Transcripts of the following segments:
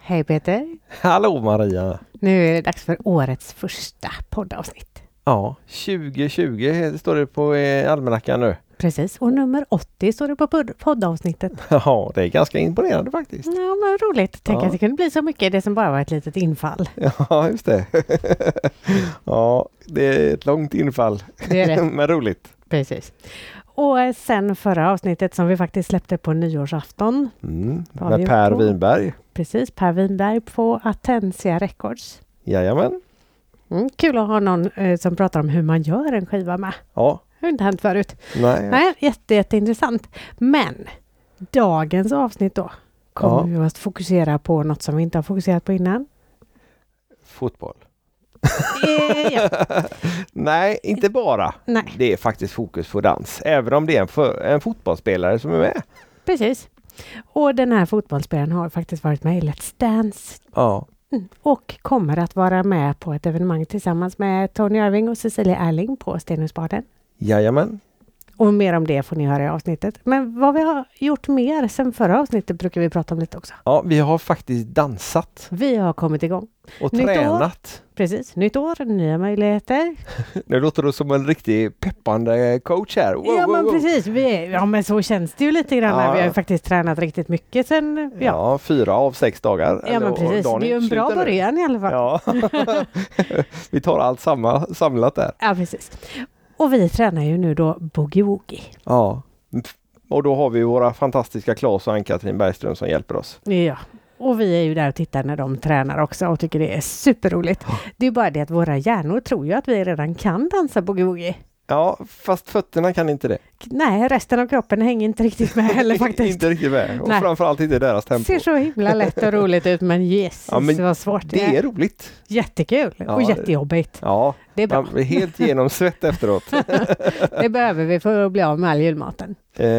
Hej Peter. Hallå Maria. Nu är det dags för årets första poddavsnitt. Ja, 2020 står det på almanackan nu. Precis, och nummer 80 står det på poddavsnittet. Ja, det är ganska imponerande faktiskt. Ja, men roligt. Tänk att det kunde bli så mycket, det som bara var ett litet infall. Ja, just det. Ja, det är ett långt infall. Det är det. Men roligt. Precis. Och sen förra avsnittet som vi faktiskt släppte på nyårsafton. Med Per Winberg. Precis, Per Winberg på Atensia Records. Jajamän. Kul att ha någon som pratar om hur man gör en skiva med. Ja. Det har inte hänt förut. Nej, Jätteintressant. Men dagens avsnitt då kommer vi att fokusera på något som vi inte har fokuserat på innan. Fotboll. Ja. Nej, inte bara. Nej. Det är faktiskt fokus på dans. Även om det är en fotbollsspelare som är med. Precis. Och den här fotbollsspelaren har faktiskt varit med i Let's Dance. Ja. Och kommer att vara med på ett evenemang tillsammans med Tony Irving och Cecilia Erling på Stenhusbaden. Jajamän. Och mer om det får ni höra i avsnittet. Men vad vi har gjort mer sen förra avsnittet brukar vi prata om lite också. Ja, vi har faktiskt dansat. Vi har kommit igång. Och Nytt tränat. År. Precis, nytt år, nya möjligheter. Nu låter du som en riktigt peppande coach här. Wow. Men precis, men så känns det ju lite grann. Ja. Vi har ju faktiskt tränat riktigt mycket sen. Ja, 4 av 6 dagar. Ja, men precis. Det är ju en bra början i alla fall. Ja. Vi tar allt samlat där. Ja, precis. Och vi tränar ju nu då boogie-woogie. Ja, och då har vi våra fantastiska Claes och Ann-Katrin Bergström som hjälper oss. Ja, och vi är ju där och tittar när de tränar också och tycker det är superroligt. Det är bara det att våra hjärnor tror ju att vi redan kan dansa boogie-woogie. Ja, fast fötterna kan inte det. Nej, resten av kroppen hänger inte riktigt med heller faktiskt. Inte riktigt med. Och Nej. Framförallt inte deras tempo. Ser så himla lätt och roligt ut, men Jesus, vad svårt det är. Det är roligt. Jättekul och jättejobbigt. Ja, det är bra. Man blir helt genom svett efteråt. Det behöver vi för att bli av med all julmaten.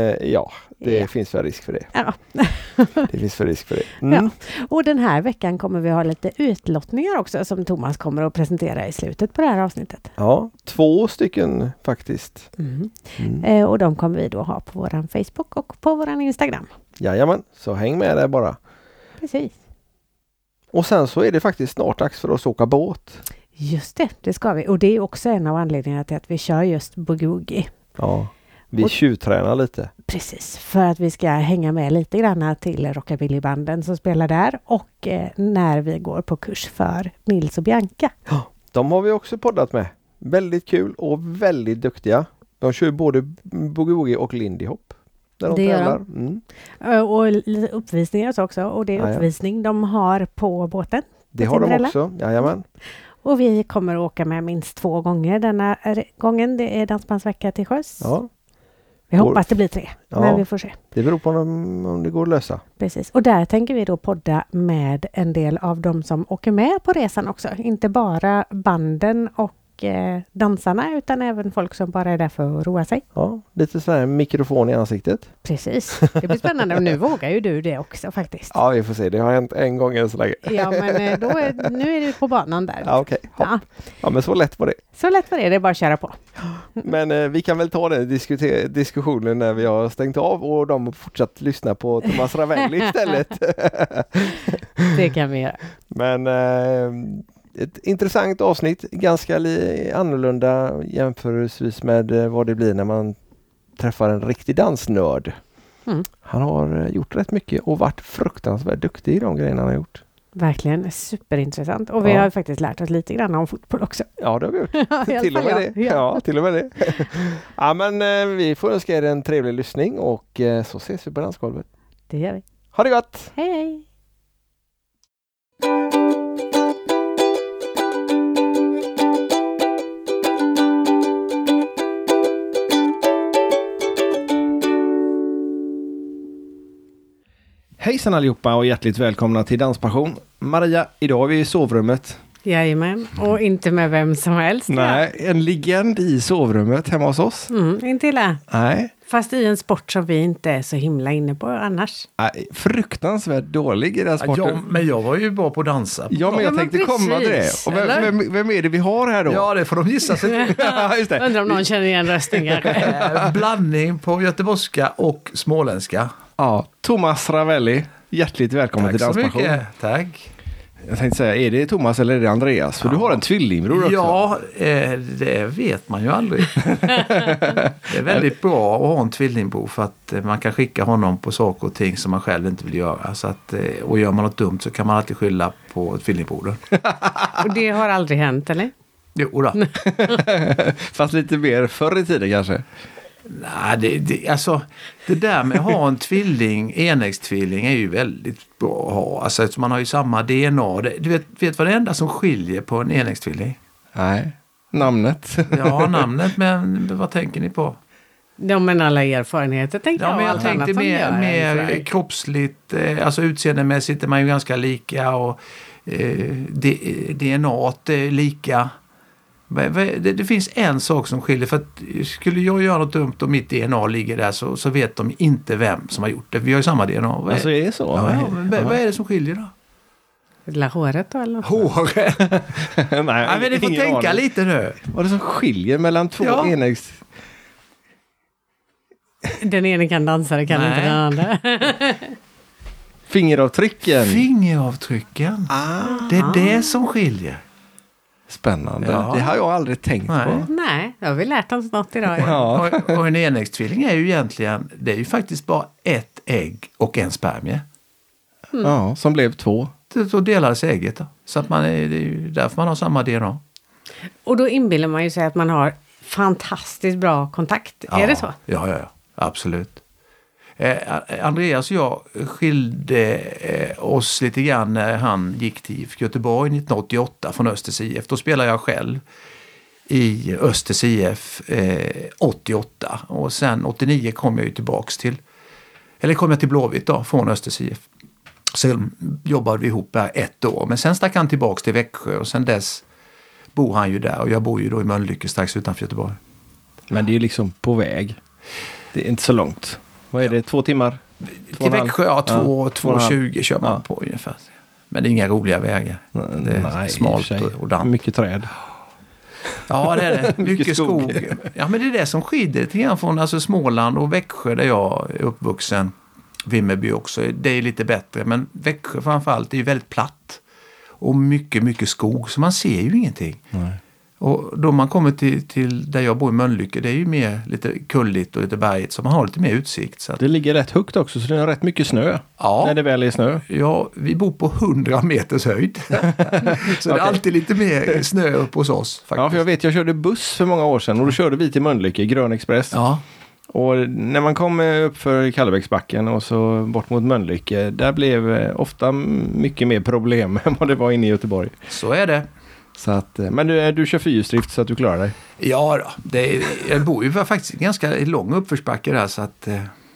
Det finns väl risk för det. Ja. Det finns väl risk för det. Ja. Och den här veckan kommer vi ha lite utlottningar också som Thomas kommer att presentera i slutet på det här avsnittet. Ja, 2 stycken faktiskt. Och de kommer vi då ha på våran Facebook och på våran Instagram. Jajamän, så häng med där bara. Precis. Och sen så är det faktiskt snart dags för oss att åka båt. Just det ska vi. Och det är också en av anledningarna till att vi kör just boogie-woogie. Ja, vi tjuvtränar lite. Precis, för att vi ska hänga med lite grann till rockabillybanden som spelar där och när vi går på kurs för Nils och Bianca. Ja, de har vi också poddat med. Väldigt kul och väldigt duktiga. De kör både boogie-woogie och lindy hop. Där de tävlar. Och uppvisningar också. Och det är uppvisning de har på båten. Det har de också, jajamän. Och vi kommer att åka med minst 2 gånger denna gången. Det är dansbandsvecka till sjöss. Ja. Vi hoppas det blir 3, men vi får se. Det beror på om det går att lösa. Precis, och där tänker vi då podda med en del av de som åker med på resan också. Inte bara banden och dansarna utan även folk som bara är där för att roa sig. Ja, lite sån här mikrofon i ansiktet. Precis, det blir spännande och nu vågar ju du det också faktiskt. Ja, vi får se. Det har hänt en gång än så länge. Ja, men nu är du på banan där. Ja, okej. Ja. Ja, men så lätt var det. Så lätt var det är bara att köra på. Men vi kan väl ta den diskussionen när vi har stängt av och de har fortsatt lyssna på Thomas Ravelli istället. Det kan vi göra. Men ett intressant avsnitt, ganska annorlunda jämförelsevis med vad det blir när man träffar en riktig dansnörd. Han har gjort rätt mycket och varit fruktansvärt duktig i de grejerna han har gjort. Verkligen superintressant. Och vi har faktiskt lärt oss lite grann om fotboll också. Ja, det har vi gjort. Till och med det. Ja, till och med det. Ja, men vi får önska er en trevlig lyssning och så ses vi på dansgolvet. Det gör vi. Ha det gott! Hej, hej! Hejsan allihopa och hjärtligt välkomna till Danspassion. Maria, idag är vi i sovrummet. Jajamän, och inte med vem som helst. Nej, en legend i sovrummet hemma hos oss. Inte illa. Nej. Fast i en sport som vi inte är så himla inne på annars. Nej, fruktansvärt dålig i den sporten. Ja, men jag var ju bra på att dansa. Ja, men jag tänkte komma till det. Och vem är det vi har här då? Ja, det får de gissa sig. Ja, just det. Undrar om någon känner igen rösten kanske. Blandning på göteborgska och småländska. Ja, Thomas Ravelli. Hjärtligt välkommen till Tack så Danspassion. mycket. Tack. Jag tänkte säga, är det Thomas eller är det Andreas? För du har en tvillingbror också. Ja, det vet man ju aldrig. Det är väldigt bra att ha en tvillingbror för att man kan skicka honom på saker och ting som man själv inte vill göra. Så att, och gör man något dumt så kan man alltid skylla på tvillingbrodern. Och det har aldrig hänt, eller? Jo då. Fast lite mer förr i tiden kanske. Nej, alltså, det där med att ha en enäggstvilling är ju väldigt bra att ha. Alltså, man har ju samma DNA. Du vet vad det enda som skiljer på en enäggstvilling? Nej, namnet. Ja, namnet, men vad tänker ni på? Ja, men alla erfarenheter tänkte Ja, jag. men jag allt tänkte annat som gör en mer sådär. kroppsligt, alltså utseendemässigt är man ju ganska lika och DNA är lika. Det finns en sak som skiljer, för att skulle jag göra något dumt och mitt DNA ligger där så vet de inte vem som har gjort det. Vi har ju samma DNA. Alltså är det så? Ja, men vad är det som skiljer då? Lilla håret då, eller något? Håret. Nej, Nej, men ni får ingen tänka aning. lite nu. Vad är det som skiljer mellan två Ja. enäggs... Den ene kan dansa, det kan Nej. inte den andra. Fingeravtrycken. Fingeravtrycken. Det är det som skiljer. Spännande. Ja. Det har jag aldrig tänkt Nej. på. Nej, då har vi lärt oss något idag. Ja. Och en enäggstvilling är ju egentligen, det är ju faktiskt bara ett ägg och en spermie. Ja, som blev 2. Så delades ägget då. Så att det är ju därför man har samma DNA. Och då inbillar man ju sig att man har fantastiskt bra kontakt. Är det så? Ja, absolut. Andreas och jag skilde oss lite grann när han gick till IFK Göteborg 1988 från Östers IF. Då spelade jag själv i Östers IF 88. Och sen 89 kom jag ju tillbaks till Blåvitt då, från Östers IF. Sen jobbade vi ihop där 1 år. Men sen stack han tillbaks till Växjö och sen dess bor han ju där. Och jag bor ju då i Mölnlycke strax utanför Göteborg. Men det är ju liksom på väg. Det är inte så långt. Vad är det? 2 timmar? Till Växjö, ja, 2,20 2,5. kör man på ungefär. Men det är inga roliga vägar. Det är Nej, smalt i och för sig. och damm. Mycket träd. Ja, det är det. Mycket Mycket skog. skog. Ja, men det är det som skiljer lite grann från alltså Småland och Växjö där jag är uppvuxen. Vimmerby också. Det är lite bättre. Men Växjö framförallt är ju väldigt platt. Och mycket, mycket skog. Så man ser ju ingenting. Nej. Och då man kommer till där jag bor i Mölnlycke, det är ju mer lite kulligt och lite bergigt. Så man har lite mer utsikt. Så att, Det ligger rätt högt också så det är rätt mycket snö. ja. När det väl är snö. Ja, vi bor på 100 meters höjd. Så det är alltid lite mer snö upp hos oss. Faktiskt. Ja, för jag vet, jag körde buss för många år sedan och då körde vi till Mölnlycke, Grön Express. Ja. Och när man kom upp för Kallebäcksbacken och så bort mot Mölnlycke, där blev ofta mycket mer problem än vad det var inne i Göteborg. Så är det. Så att, men du kör fyrhjulsdrift så att du klarar dig. Ja då, jag bor ju faktiskt i en ganska lång uppförsbacke där så att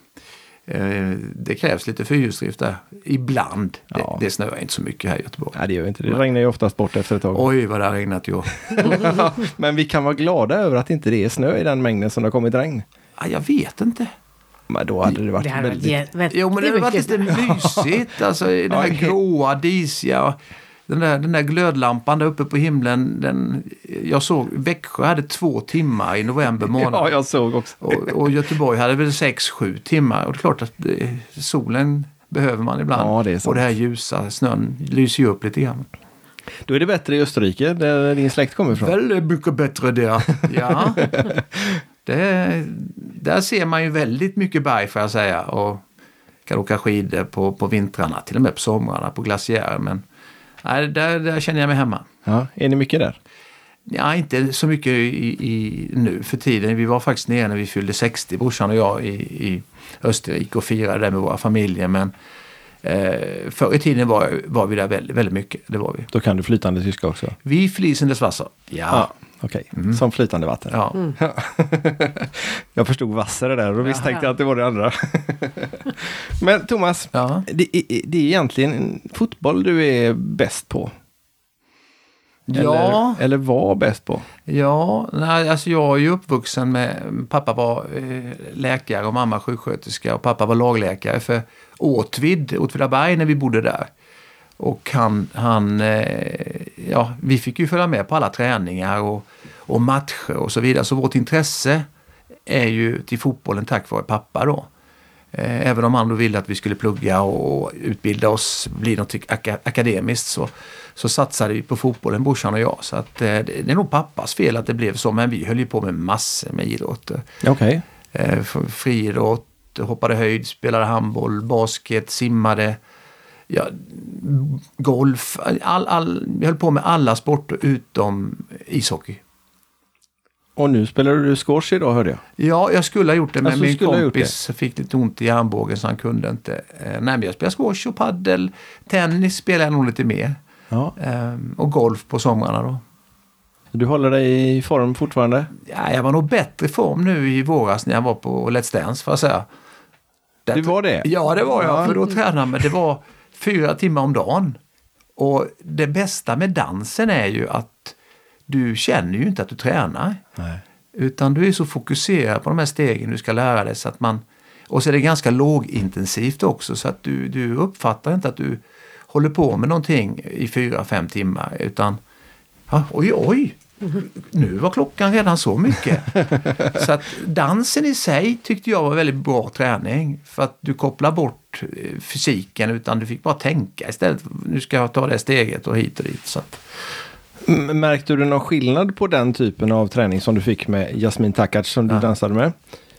det krävs lite fyrhjulsdrift där. Ibland. Ja. Det snöar inte så mycket här i Göteborg. Nej, det gör inte. Det regnar ju oftast bort efter ett tag. Oj, vad det har regnat ju. Men vi kan vara glada över att inte det är snö i den mängden som det har kommit regn. Ja, jag vet inte. Men då hade det varit Det hade varit väldigt... Jo, men det har varit lite mysigt. Alltså, den här gråa, disiga... Den där glödlampan där uppe på himlen, jag såg Växjö hade 2 timmar i november månad. Ja, jag såg också. Och Göteborg hade väl 6-7 timmar. Och det är klart att solen behöver man ibland. Ja, det är sant. Och det här ljusa, snön lyser ju upp lite grann. Då är det bättre i Österrike, där din släkt kommer ifrån. Väldigt mycket bättre där. Ja. Där ser man ju väldigt mycket berg, får jag säga. Och kan åka skidor på vintrarna, till och med på somrarna, på glaciärer. Men nej, där känner jag mig hemma. Ja, är ni mycket där? Ja, inte så mycket nu för tiden. Vi var faktiskt nere när vi fyllde 60, brorsan och jag, i Österrike och firade det med våra familjer. Men förr i tiden var vi där väldigt, väldigt mycket. Det var vi. Då kan du flytande tyska också? Vi flisendes Wasser. Ja. Okej. Som flytande vatten. Ja. Jag förstod vassare där och då misstänkte jag att det var det andra. Men Thomas, Ja. det är egentligen fotboll du är bäst på? Ja. Eller var bäst på? Ja, nej, alltså jag är ju uppvuxen med, pappa var läkare och mamma sjuksköterska och pappa var lagläkare för Åtvidaberg när vi bodde där. Och vi fick ju följa med på alla träningar och matcher och så vidare. Så vårt intresse är ju till fotbollen tack vare pappa då. Även om han då ville att vi skulle plugga och utbilda oss, bli något akademiskt, så satsade vi på fotbollen, brorsan och jag. Så att, det är nog pappas fel att det blev så, men vi höll ju på med massor med idrotter. Okej. Friidrott, hoppade höjd, spelade handboll, basket, simmade, golf. Vi höll på med alla sporter utom ishockey. Och nu spelar du squash idag, hörde jag. Ja, jag skulle ha gjort det, men Alltså, min skulle ha gjort kompis fick lite ont i armbågen så han kunde inte. Nej, men jag spelar squash och paddel. Tennis spelar jag nog lite mer. Ja. Och golf på somrarna då. Du håller dig i form fortfarande? Ja, jag var nog bättre i form nu i våras när jag var på Let's Dance, får jag säga. Du var det? Ja, det var jag. Ja. För då tränade man. Det var 4 timmar om dagen. Och det bästa med dansen är ju att du känner ju inte att du tränar. Nej. Utan du är så fokuserad på de här stegen du ska lära dig. Så att och så är det ganska lågintensivt också. Så att du uppfattar inte att du håller på med någonting i 4-5 timmar. Utan, oj, nu var klockan redan så mycket. Så att dansen i sig tyckte jag var väldigt bra träning. För att du kopplar bort fysiken, utan du fick bara tänka istället. Nu ska jag ta det steget och hit och dit. Så att. Märkte du någon skillnad på den typen av träning som du fick med Jasmin Takac som du dansade med?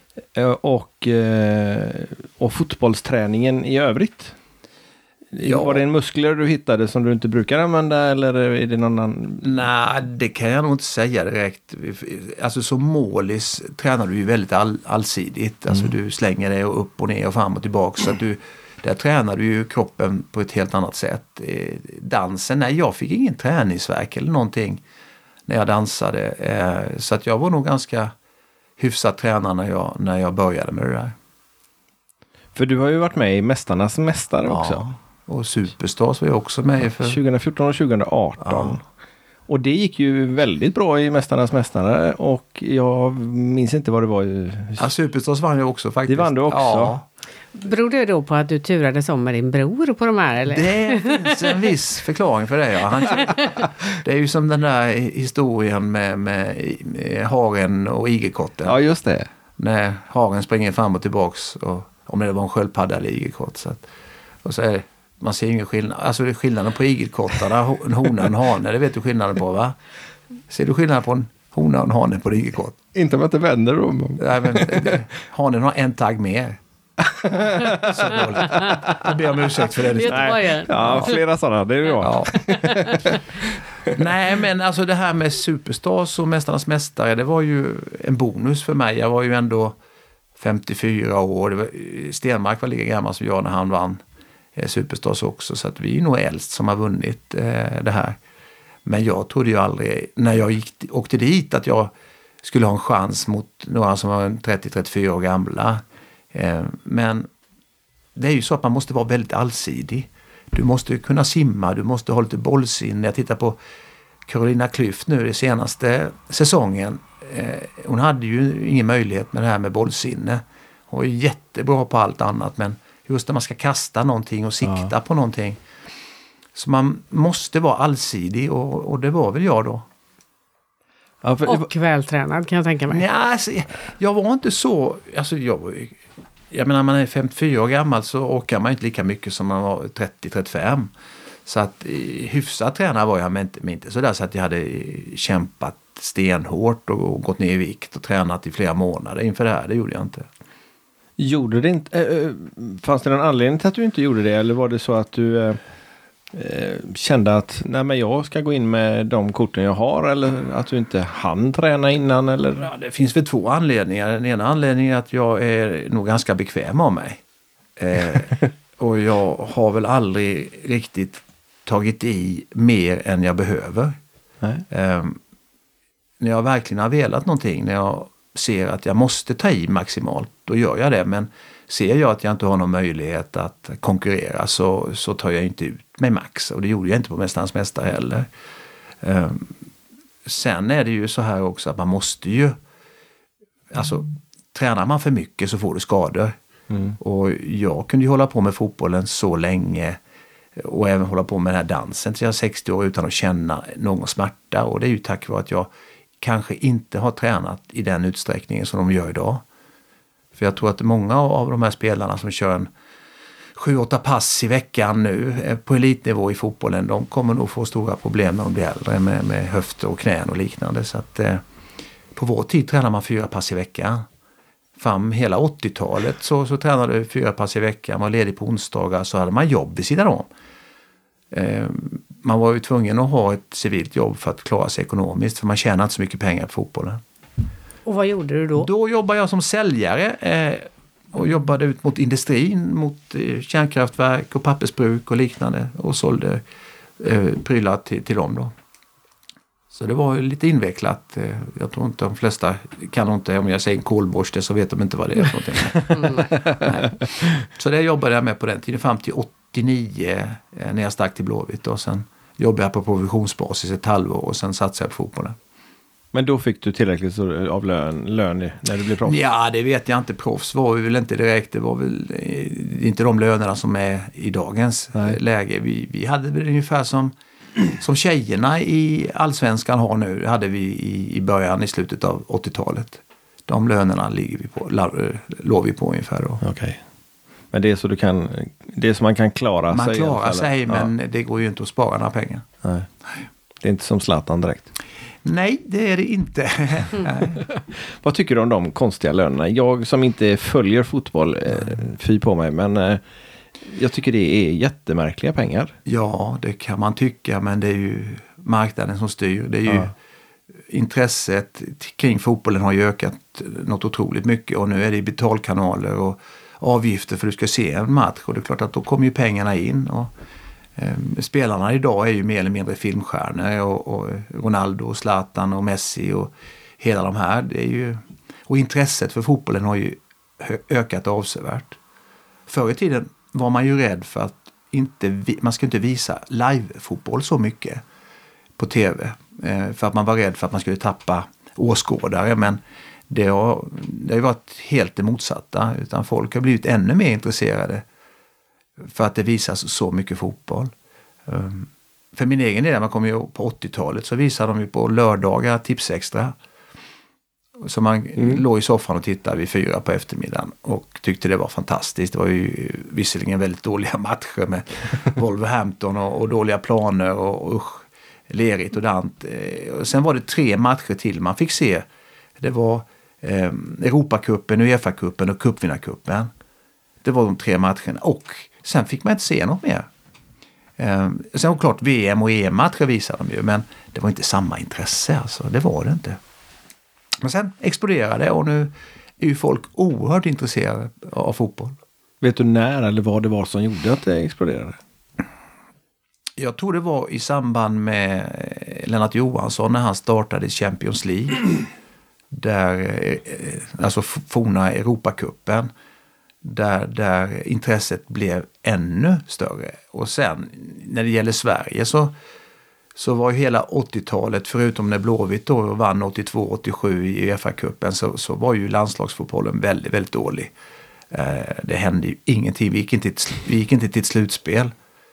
Och fotbollsträningen i övrigt? Ja. Var det en muskler du hittade som du inte brukar använda, eller är det någon annan? Nej, det kan jag nog inte säga direkt. Alltså som målis tränar du ju väldigt allsidigt. Alltså du slänger dig upp och ner och fram och tillbaka. Så att där tränar du ju kroppen på ett helt annat sätt. Dansen, nej, jag fick ingen träningsvärk eller någonting när jag dansade. Så att jag var nog ganska hyfsat tränad när jag började med det där. För du har ju varit med i Mästarnas mästare också. Och Superstars var jag också med i. 2014 och 2018. Ja. Och det gick ju väldigt bra i Mästarnas mästare, och jag minns inte vad det var. Ja, Superstars vann jag också faktiskt. Det vann du också. Ja. Beror det då på att du turades om med din bror på de här? Eller? Det finns en viss förklaring för det. Ja. Det är ju som den där historien med haren och igelkotten. Ja, just det. När haren springer fram och tillbaks, och om det var en sköldpadda eller igelkott. Och så är det, man ser ingen skillnad. Alltså det är skillnaden på igelkottarna, en hona och en hane, det vet du skillnaden på, va? Ser du skillnaden på en hona och en hane på en igelkott? Inte om jag inte vänder dem. Nej, men hanen har en tagg mer. Så dåligt. Jag ber om ursäkt för det. Nej. Ja, flera sådana, det är bra. Ja. Nej, men alltså det här med Superstars och Mästarnas mästare, det var ju en bonus för mig. Jag var ju ändå 54 år. Stenmark var lika gammal som jag när han vann Superstars också. Så att vi är nog äldst som har vunnit det här. Men jag trodde ju aldrig, när jag åkte dit, att jag skulle ha en chans mot några som var 30-34 år gamla. Men det är ju så att man måste vara väldigt allsidig. Du måste kunna simma, du måste ha lite bollsinne. Jag tittar på Carolina Klüft nu i senaste säsongen. Hon hade ju ingen möjlighet med det här med bollsinne. Hon är jättebra på allt annat, men just när man ska kasta någonting och sikta på någonting. Så man måste vara allsidig, och det var väl jag då. Ja, och vältränad, kan jag tänka mig. Ja, alltså, jag var inte så... Alltså, jag menar, man är 54 år gammal så orkar man inte lika mycket som man var 30-35. Så att hyfsat tränare var jag, men inte så där så att jag hade kämpat stenhårt och gått ner i vikt och tränat i flera månader inför det här. Det gjorde jag inte. Gjorde det inte? Fanns det någon anledning till att du inte gjorde det? Eller var det så att du kände att nej, men jag ska gå in med de korten jag har, eller att du inte hann träna innan? Eller? Ja, det finns väl 2 anledningar. Den ena anledningen är att jag är nog ganska bekväm av mig. Och jag har väl aldrig riktigt tagit i mer än jag behöver. När jag verkligen har velat någonting, när jag ser att jag måste ta i maximalt, då gör jag det. Men ser jag att jag inte har någon möjlighet att konkurrera, så tar jag inte ut mig max. Och det gjorde jag inte på Mästarnas mästare heller. Sen är det ju så här också att man måste ju... Alltså, tränar man för mycket så får du skador. Och jag kunde ju hålla på med fotbollen så länge, och även hålla på med den här dansen till jag är 60 år utan att känna någon smärta. Och det är ju tack vare att jag kanske inte har tränat i den utsträckningen som de gör idag. För jag tror att många av de här spelarna som kör en 7-8 pass i veckan nu på elitnivå i fotbollen, de kommer nog få stora problem när de blir äldre med höfter och knän och liknande. Så att på vår tid tränar man 4 pass i veckan. Fram hela 80-talet så tränade du 4 pass i veckan, man var ledig på onsdagar, så hade man jobb vid sidan om. Man var ju tvungen att ha ett civilt jobb för att klara sig ekonomiskt, för man tjänar inte så mycket pengar på fotbollen. Och vad gjorde du då? Då jobbade jag som säljare och jobbade ut mot industrin, mot kärnkraftverk och pappersbruk och liknande, och sålde prylar till dem då. Så det var lite invecklat. Jag tror inte de flesta kan inte, om jag säger en kolborste så vet de inte vad det är för någonting. Så det jobbade jag med på den tiden fram till 89 när jag stack till Blåvitt, och sen jobbade jag på provisionsbasis ett halvår och sen satsade jag på fotbollen. Men då fick du tillräckligt av lön när du blev proffs? Ja, det vet jag inte. Proffs var vi väl inte direkt. Det var väl inte de lönerna som är i dagens läge. Vi hade väl ungefär som tjejerna i Allsvenskan har nu. Det hade vi i början, i slutet av 80-talet. De lönerna låg vi på ungefär då. Okej. Men det är så det är så man kan klara sig? Man klarar sig, men det går ju inte att spara några pengar. Nej. Det är inte som Zlatan direkt. Nej, det är det inte. Vad tycker du om de konstiga lönerna? Jag som inte följer fotboll, fy på mig, men jag tycker det är jättemärkliga pengar. Ja, det kan man tycka, men det är ju marknaden som styr. Det är ju intresset kring fotbollen har ju ökat något otroligt mycket, och nu är det betalkanaler och avgifter för att du ska se en match, och det är klart att då kommer ju pengarna in, och spelarna idag är ju mer eller mindre filmstjärnor, och Ronaldo, Zlatan och Messi och hela de här, det är ju, och intresset för fotbollen har ju ökat avsevärt. Förr i tiden var man ju rädd för att man ska inte visa live-fotboll så mycket på tv, för att man var rädd för att man skulle tappa åskådare, men det har ju varit helt det motsatta, utan folk har blivit ännu mer intresserade för att det visas så mycket fotboll. För min egen del, man kom ju på 80-talet, så visade de ju på lördagar Tipsextra. Så man låg i soffan och tittade vid 4 på eftermiddagen och tyckte det var fantastiskt. Det var ju visserligen väldigt dåliga matcher med Wolverhampton och dåliga planer och lerigt och dant. Och sen var det 3 matcher till man fick se. Det var Europacupen, UEFA-cupen och cupvinnarcupen. Det var de 3 matcherna, och sen fick man inte se något mer. Sen var klart VM och EM-matcher visade de ju, men det var inte samma intresse, alltså. Det var det inte. Men sen exploderade det, och nu är ju folk oerhört intresserade av fotboll. Vet du när eller vad det var som gjorde att det exploderade? Jag tror det var i samband med Lennart Johansson när han startade Champions League. Där, alltså forna Europacupen. Där intresset blev ännu större. Och sen när det gäller Sverige så var ju hela 80-talet, förutom när Blåvitt då vann 82-87 i UEFA-cupen, så var ju landslagsfotbollen väldigt, väldigt dålig. Det hände ju ingenting. Vi gick inte till ett slutspel.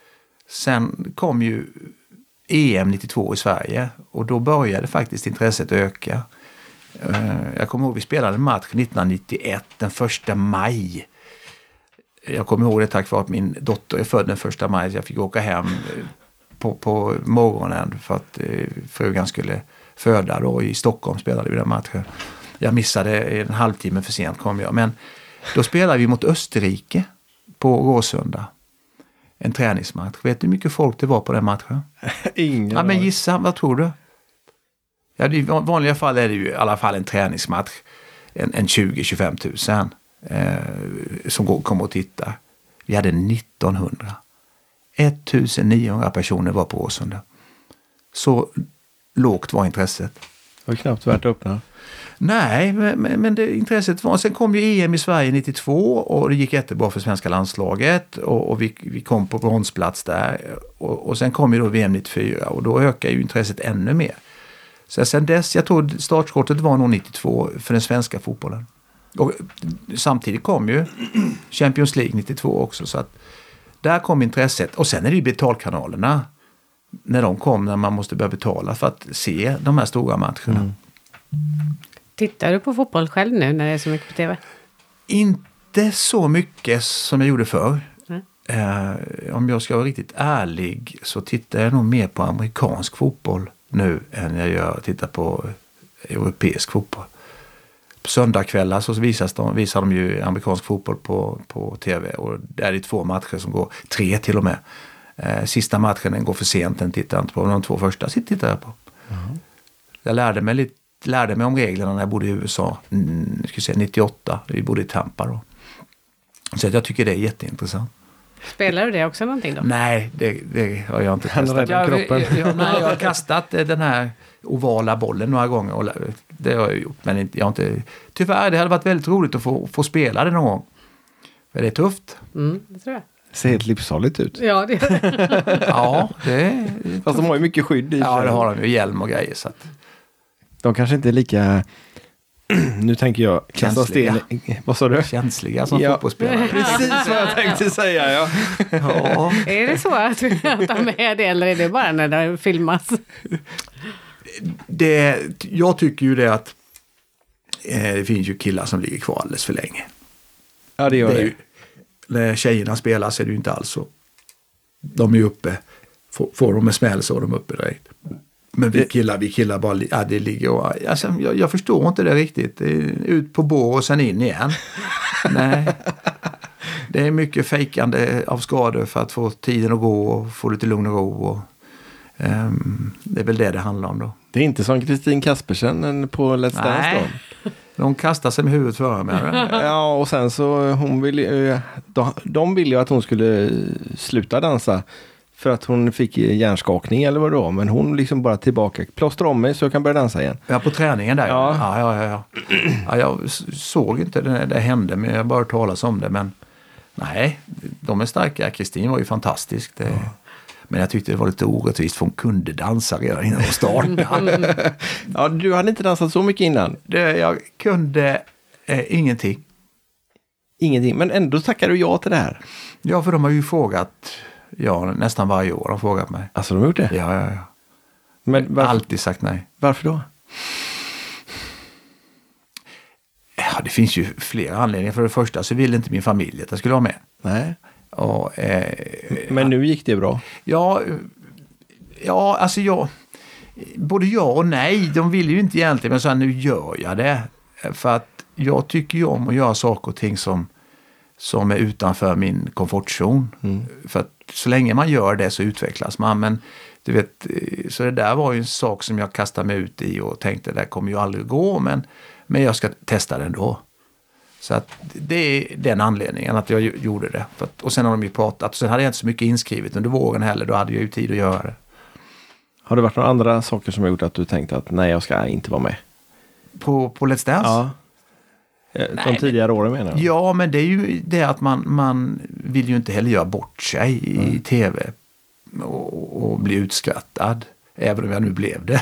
Sen kom ju EM 92 i Sverige, och då började faktiskt intresset öka. Jag kommer ihåg vi spelade en match 1991, den 1 maj. Jag kommer ihåg det tack vare att min dotter är född den 1 maj. Jag fick åka hem på morgonen för att frugan skulle föda då. I Stockholm spelade vi den matchen. Jag missade en halvtimme för sent kom jag. Men då spelade vi mot Österrike på Råsunda. En träningsmatch. Vet du hur mycket folk det var på den matchen? Ingen. Ja, men gissa, vad tror du? Ja, i vanliga fall är det ju i alla fall en träningsmatch. En 20-25 000 som kommer och tittar. Vi hade 1900 personer var på Åsunda. Så lågt var intresset. Det var knappt värt att öppna. Nej, men det intresset var. Sen kom ju EM i Sverige 92 och det gick jättebra för svenska landslaget. Och vi kom på bronsplats där. Och sen kom ju då VM 94 och då ökar ju intresset ännu mer. Så sen dess, jag tror startskottet var nog 92 för den svenska fotbollen. Och samtidigt kom ju Champions League 92 också, så att där kom intresset. Och sen är det ju betalkanalerna när man måste börja betala för att se de här stora matcherna. Tittar du på fotboll själv nu när det är så mycket på tv? Inte så mycket som jag gjorde förr. Om jag ska vara riktigt ärlig så tittar jag nog mer på amerikansk fotboll nu än jag tittar på europeisk fotboll. På söndagskvällar så visar de ju amerikansk fotboll på tv, och det är 2 matcher som går, 3 till och med. Sista matchen den går för sent, den tittar jag inte på. De 2 första tittar jag på. Jag lärde mig om reglerna när jag bodde i USA 98. Vi bodde i Tampa då. Så jag tycker det är jätteintressant. Spelar du det också någonting då? Nej, det har jag inte testat. Jag har kastat den här ovala bollen några gånger. Och det har jag gjort, men jag har inte... Tyvärr, det hade varit väldigt roligt att få spela det någon gång. För det är tufft. Det tror jag. Ser helt livsfarligt ut. Ja, det gör det. Ja, det är... Fast de har ju mycket skydd i. Ja, det har de ju, hjälm och grejer. Så att... De kanske inte är lika... Nu tänker jag kasta sten. Vad sa du? Känsliga som fotbollsspelare. Precis vad jag tänkte säga, ja. Är det så att du tar med det, eller är det bara när det filmas? Jag tycker ju det att det finns ju killar som ligger kvar alldeles för länge. Ja, det gör det. När tjejerna spelar så är det ju inte alls så. De är uppe. Får de en smäll så är de uppe direkt. Men vi killar bara, det ligger och, alltså, jag förstår inte det riktigt. Det är ut på bår och sen in igen. Nej. Det är mycket fejkande av skador för att få tiden att gå och få lite lugn och ro. Och, det är väl det handlar om då. Det är inte som Kristin Kaspersen på Let's Dance då? De kastar sig med huvudet före med. Ja, och sen så de ville ju att hon skulle sluta dansa. För att hon fick hjärnskakning eller vad det var. Men hon liksom bara tillbaka. Plåstra om mig så jag kan börja dansa igen. Ja, på träningen där. Ja. Ja, jag såg inte det hände, men jag bara talas om det. Men nej, de är starka. Kristin var ju fantastisk. Men jag tyckte det var lite orättvist för hon kunde dansa redan innan hon startade. Ja, du hade inte dansat så mycket innan. Jag kunde ingenting. Ingenting, men ändå tackar du ja till det här. Ja, för de har ju frågat... Ja, nästan varje år har de frågat mig. Alltså, de har gjort det? Ja. Men alltid sagt nej. Varför då? Ja, det finns ju flera anledningar. För det första så ville inte min familj att jag skulle vara med. Nej. Och, men nu gick det bra? Ja, alltså både ja och nej. De vill ju inte egentligen, men så här, nu gör jag det. För att jag tycker ju om att göra saker och ting som är utanför min komfortzon. För att så länge man gör det så utvecklas man. Men du vet, så det där var ju en sak som jag kastade mig ut i och tänkte, det kommer ju aldrig gå, men jag ska testa det ändå. Så att det är den anledningen att jag gjorde det. Och sen har de ju pratat, och sen hade jag inte så mycket inskrivet under våren heller, då hade jag ju tid att göra det. Har det varit några andra saker som har gjort att du tänkte att nej, jag ska inte vara med? På Let's Dance? Ja. De tidigare åren menar jag. Ja, men det är ju det att man vill ju inte heller göra bort sig i tv och bli utskrattad. Även om jag nu blev det.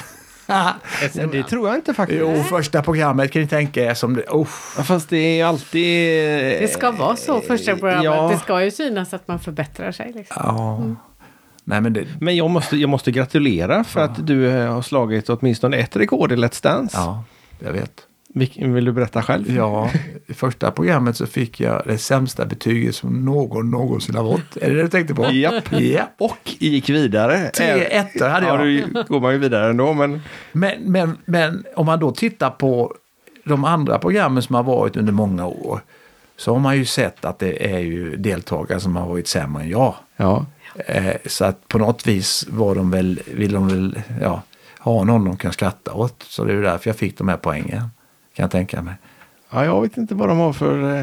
Det tror jag inte faktiskt. Jo, första programmet kan ni tänka er som det. Fast det är alltid... Det ska vara så första programmet. Ja. Det ska ju synas att man förbättrar sig. Liksom. Ja. Nej, men jag måste gratulera för att du har slagit åtminstone ett rekord i Let's Dance. Ja, jag vet. Vill du berätta själv? Ja, i första programmet så fick jag det sämsta betyget som någonsin har fått. Är det du tänkte på? Japp. Och gick vidare. 3-1 hade jag. Ja, då går man ju vidare ändå. Men om man då tittar på de andra programmen som har varit under många år, så har man ju sett att det är ju deltagare som har varit sämre än jag. Ja. Så att på något vis vill de väl ha någon de kan skratta åt. Så det är ju därför jag fick de här poängen. Kan jag tänka mig. Ja, jag vet inte vad de har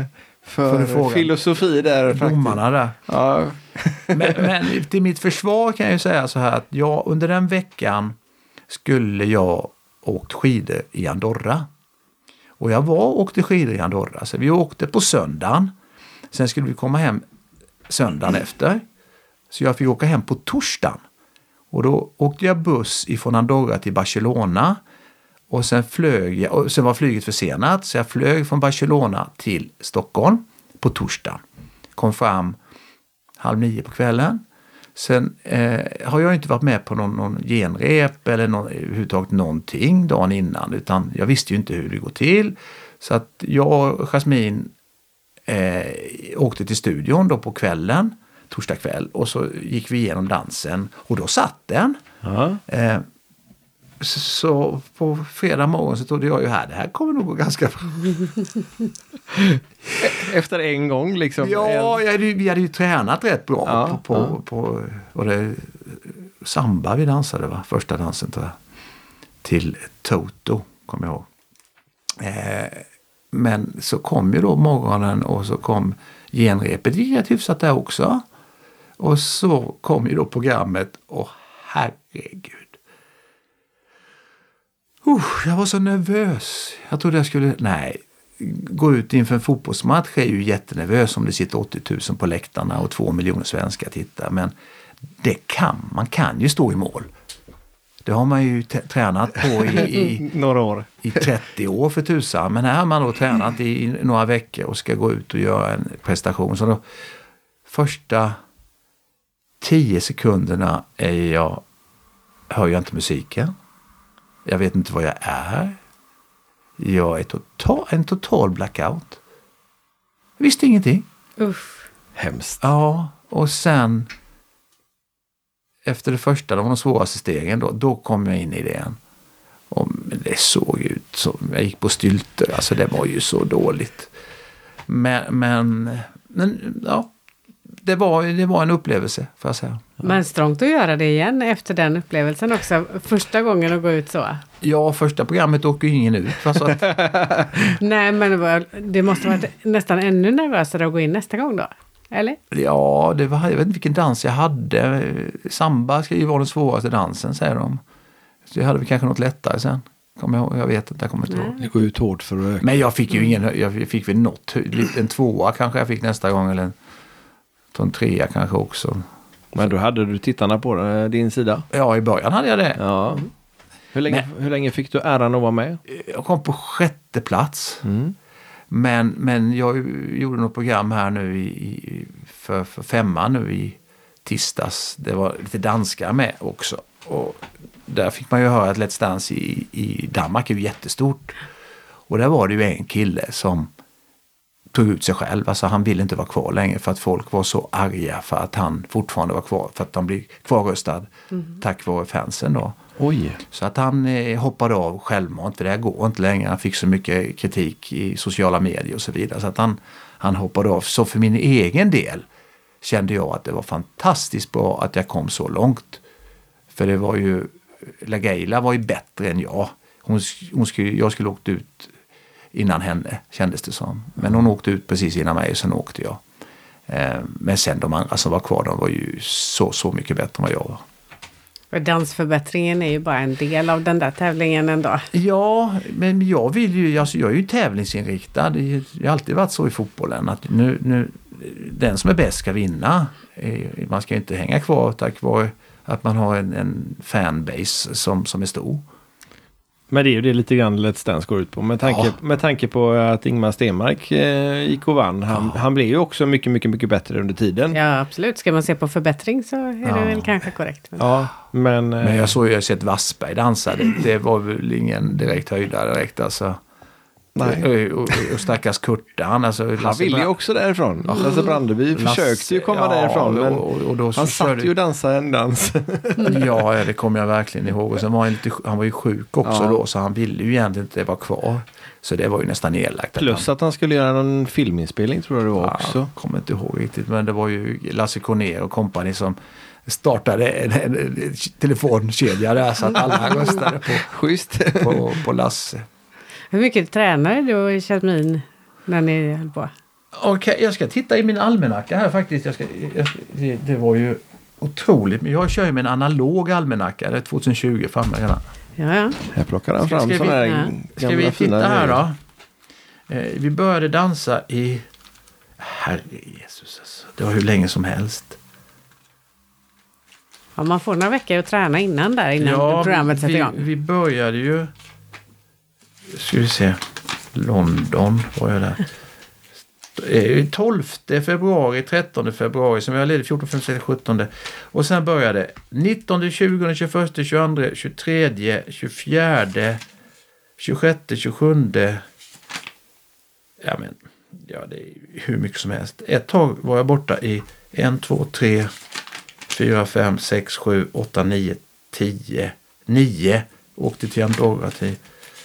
för filosofi där. Domarna där. Ja. men till mitt försvar kan jag ju säga så här att under den veckan skulle jag åkt skidor i Andorra. Och jag åkte skidor i Andorra. Så vi åkte på söndagen. Sen skulle vi komma hem söndagen efter. Så jag fick åka hem på torsdagen. Och då åkte jag buss ifrån Andorra till Barcelona. Och sen sen var flyget försenat, så jag flög från Barcelona till Stockholm på torsdagen. Kom fram 8:30 på kvällen. Sen har jag inte varit med på någon genrep eller överhuvudtaget någonting dagen innan, utan jag visste ju inte hur det går till. Så att jag och Jasmine åkte till studion då på kvällen, torsdag kväll, och så gick vi igenom dansen och då satt den. Så på fredag morgon så trodde jag ju det här kommer nog gå ganska bra. Efter en gång liksom? Ja, vi hade ju tränat rätt bra på och det samba vi dansade, va? Första dansen tror jag. Till Toto, kommer jag ihåg. Men så kom ju då morgonen och så kom genrepet, gick rätt hyfsat där också. Och så kom ju då programmet och herregud. Jag var så nervös. Jag trodde jag skulle, gå ut inför en fotbollsmatch är ju jättenervös om det sitter 80 000 på läktarna och 2 miljoner svenskar tittar. Men man kan ju stå i mål. Det har man ju tränat på i några år. I 30 år för tusan. Men här har man då tränat i några veckor och ska gå ut och göra en prestation. Så då, första 10 sekunderna hör jag inte musiken. Jag vet inte vad jag är. Jag är en total blackout. Jag visste ingenting. Uff. Hemskt. Ja, och sen efter det första, de svåraste stegen då kom jag in i det igen. Och det såg ut som jag gick på stylter. Alltså det var ju så dåligt. Men ja, det var en upplevelse, får jag säga. Men strångt att göra det igen efter den upplevelsen också. Första gången att gå ut så. Ja, första programmet åker ju ingen ut. Alltså att... Nej, men det måste vara nästan ännu nervösare att gå in nästa gång då. Eller? Ja, jag vet inte vilken dans jag hade. Samba ska ju vara den svåraste dansen, säger de. Så jag hade väl kanske något lättare sen. Jag vet inte, jag kommer inte ihåg. Det går ut hårt för att öka. Men jag fick ju jag fick väl något, en 2 kanske jag fick nästa gång, eller en 3 kanske också. Men då hade du tittarna på din sida? Ja, i början hade jag det. Ja. Hur länge fick du äran att vara med? Jag kom på 6:e plats. Men jag gjorde något program här nu för 5:an nu i tisdags. Det var lite danskar med också. Och där fick man ju höra att Let's Dance i Danmark är ju jättestort. Och där var det ju en kille som tog ut sig själv. Alltså han ville inte vara kvar längre för att folk var så arga för att han fortfarande var kvar. För att han blev kvarröstad tack vare fansen då. Oj. Så att han hoppade av självmant, för det här går inte längre. Han fick så mycket kritik i sociala medier och så vidare. Så att han hoppade av. Så för min egen del kände jag att det var fantastiskt bra att jag kom så långt. För det var ju, LaGaylia var ju bättre än jag. Jag skulle åkt ut innan henne, kändes det som. Men hon åkte ut precis innan mig och sen åkte jag. Men sen de andra som var kvar, de var ju så mycket bättre än vad jag var. För dansförbättringen är ju bara en del av den där tävlingen ändå. Ja, men jag är ju tävlingsinriktad. Jag har alltid varit så i fotbollen att nu den som är bäst ska vinna. Man ska inte hänga kvar tack vare att man har en fanbase som är stor. Men det är ju det lite grann Let's Dance går ut på. Med tanke på att Ingmar Stenmark gick och vann. Han blev ju också mycket, mycket, mycket bättre under tiden. Ja, absolut. Ska man se på förbättring så är det väl kanske korrekt. Ja, men jag har sett Wassberg dansa. Det var väl ingen direkt höjdare direkt alltså. Nej. Och stackars Kurtan. Alltså, han ville ju också därifrån. Lasse Brandeby försökte ju komma därifrån. Men och då han satt ju och dansade en dans. Ja, det kommer jag verkligen ihåg. Och sen var han var ju sjuk också då. Så han ville ju egentligen inte vara kvar. Så det var ju nästan elakt. Plus att han skulle göra någon filminspelning tror jag det var också. Jag kommer inte ihåg riktigt. Men det var ju Lasse Cornér och kompani som startade en telefonkedja där. Så att alla röstade på Lasse. Hur mycket tränade du och Jasmin när ni höll på? Okej, jag ska titta i min almanacka här faktiskt. Det var ju otroligt. Men jag kör ju med en analog almanacka. Det är 2020 framme redan. Ja. Jag plockar den fram sådana här gamla ska vi titta här då? Vi började dansa i... Herre Jesus, alltså. Det var hur länge som helst. Ja, man får några veckor att träna innan programmet sätter igång. Vi började ju... Ska vi se. London var jag där. 12 februari, 13 februari, som jag ledde 14, 15, 17. Och sen började 19, 20, 21, 22, 23, 24, 26, 27. Ja, men Ja, det är hur mycket som helst. Ett tag var jag borta i 1, 2, 3, 4, 5, 6, 7, 8, 9, 10, 9. Åkte till Andorra till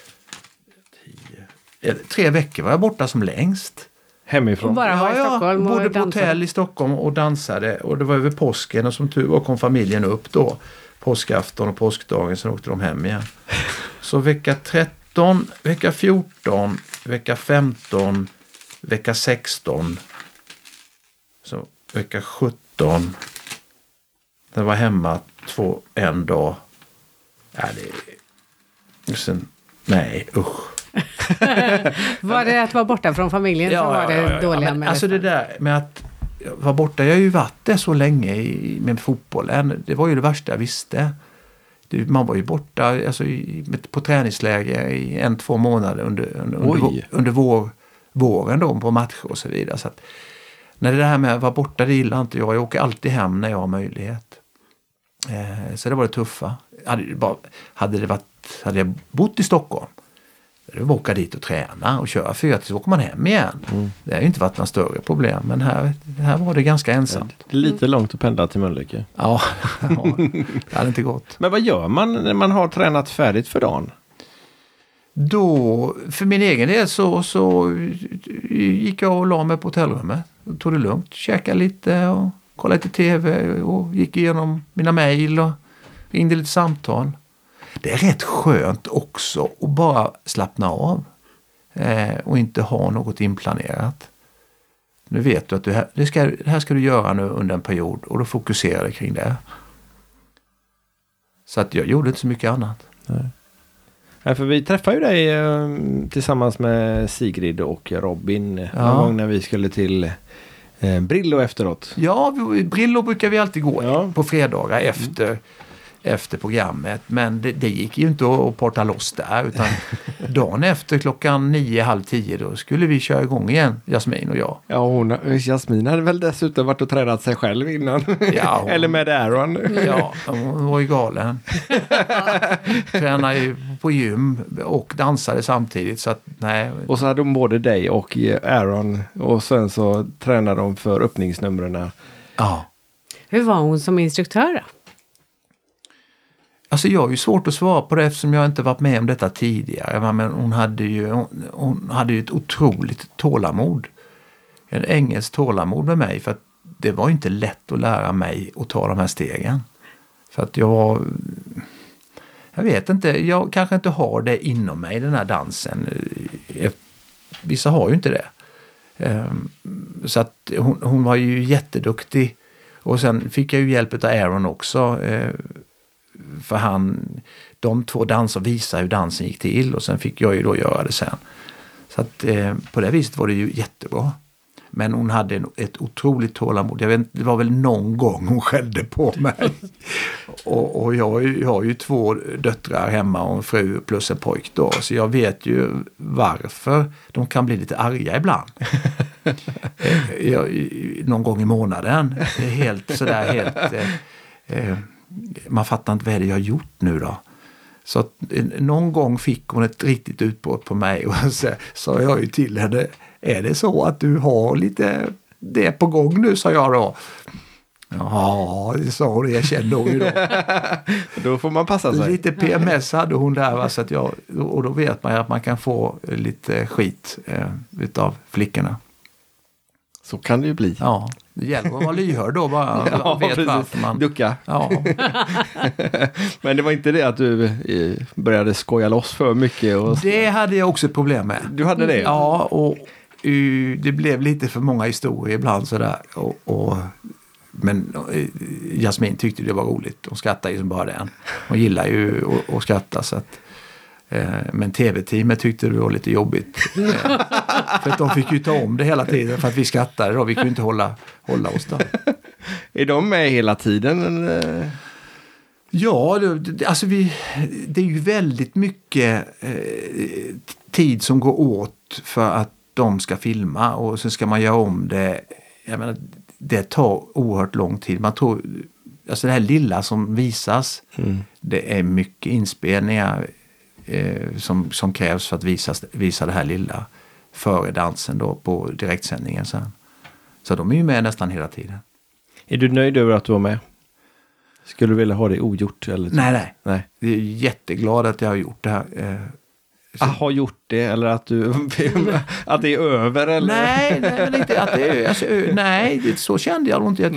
3 veckor var jag borta som längst. Hemifrån? Och bara var i Stockholm och bodde på hotell i Stockholm och dansade. Och det var över påsken och som tur var kom familjen upp då. Påskafton och påskdagen, sen åkte de hem igen. Så vecka 13, vecka 14, vecka 15, vecka 16. Så vecka 17. Den var hemma en dag. Ja, det... Sen, nej, usch. Var det att vara borta från familjen som var det dåliga med alltså det där med att vara borta, jag har ju varit det så länge med fotbollen. Det var ju det värsta jag visste. Man var ju borta alltså, på träningsläger i 1-2 månader under våren då, på matcher och så vidare. Så att, när det här med att vara borta, det gillar inte jag. Jag åker alltid hem när jag har möjlighet. Så det var det tuffa. Hade jag bott i Stockholm, då var åka dit och träna och köra 4 så åker man hem igen. Det har ju inte varit några större problem, men här var det ganska ensamt. Det är lite långt att pendla till Mölnlycke. Ja, det hade inte gått. Men vad gör man när man har tränat färdigt för dagen? Då, för min egen del så gick jag och la mig på hotellrummet. Tog det lugnt, käkade lite och kollade lite tv och gick igenom mina mejl och ringde lite samtal. Det är rätt skönt också att bara slappna av och inte ha något inplanerat. Nu vet du att det här ska du göra nu under en period och då fokuserar du kring det. Så att jag gjorde inte så mycket annat. Nej, för vi träffade ju dig tillsammans med Sigrid och Robin någon gång när vi skulle till Brillo efteråt. Ja, Brillo brukar vi alltid gå på fredagar efter programmet. Men det gick ju inte att porta loss där. Utan dagen efter 9:30, 9:30 då skulle vi köra igång igen, Jasmin och jag. Ja, Jasmin hade väl dessutom varit och tränat sig själv innan. Ja, eller med Aaron. Ja, hon var ju galen. Tränade ju på gym och dansade samtidigt. Så att, nej. Och så hade hon både dig och Aaron. Och sen så tränade de för öppningsnumren. Ja. Hur var hon som instruktör då? Alltså jag har ju svårt att svara på det eftersom jag inte varit med om detta tidigare. Men hon hade ju ett otroligt tålamod. En engelsk tålamod med mig. För att det var inte lätt att lära mig att ta de här stegen. För att jag vet inte, jag kanske inte har det inom mig, den här dansen. Vissa har ju inte det. Så att hon var ju jätteduktig. Och sen fick jag ju hjälp av Aaron också. För de 2 dansar visade hur dansen gick till och sen fick jag ju då göra det sen. Så att på det viset var det ju jättebra. Men hon hade ett otroligt tålamod. Jag vet inte, det var väl någon gång hon skällde på mig. och jag har ju 2 döttrar hemma och en fru plus en pojk då. Så jag vet ju varför de kan bli lite arga ibland. Någon gång i månaden. Det är helt sådär man fattar inte vad är det jag har gjort nu då. Så att, någon gång fick hon ett riktigt utbrott på mig och så sa jag ju till henne, är det så att du har lite det på gång nu, sa jag då. Ja, det sa hon, jag kände hon ju då. Då får man passa sig. Lite PMS hade hon där, va? Så att och då vet man ju att man kan få lite skit utav flickorna. Så kan det ju bli. Ja, det gäller att vara lyhörd då bara. Ja, vet precis. varför man... Ducka. Ja. Men det var inte det att du började skoja loss för mycket? Det hade jag också problem med. Du hade det? Ja, och det blev lite för många historier ibland sådär. Men Jasmin tyckte det var roligt. Hon skrattade ju som bara den. Hon gillar ju att skratta så att... Men tv-teamet tyckte det var lite jobbigt. För att de fick ju ta om det hela tiden för att vi skrattade då. Vi kunde inte hålla oss där. Är de med hela tiden? Ja, alltså det är ju väldigt mycket tid som går åt för att de ska filma och så ska man göra om det. Jag menar, det tar oerhört lång tid. Man tror, alltså det här lilla som visas, det är mycket inspelningar som krävs för att visa det här lilla. före dansen då på direktsändningen sen. Så de är ju med nästan hela tiden. Är du nöjd över att du var med? Skulle du vilja ha det ogjort? Eller Nej. Nej. Jag är jätteglad att jag har gjort det här. Har gjort det eller att du att det är över eller? Nej, men inte att det är alltså, nej, så kände jag nog inte.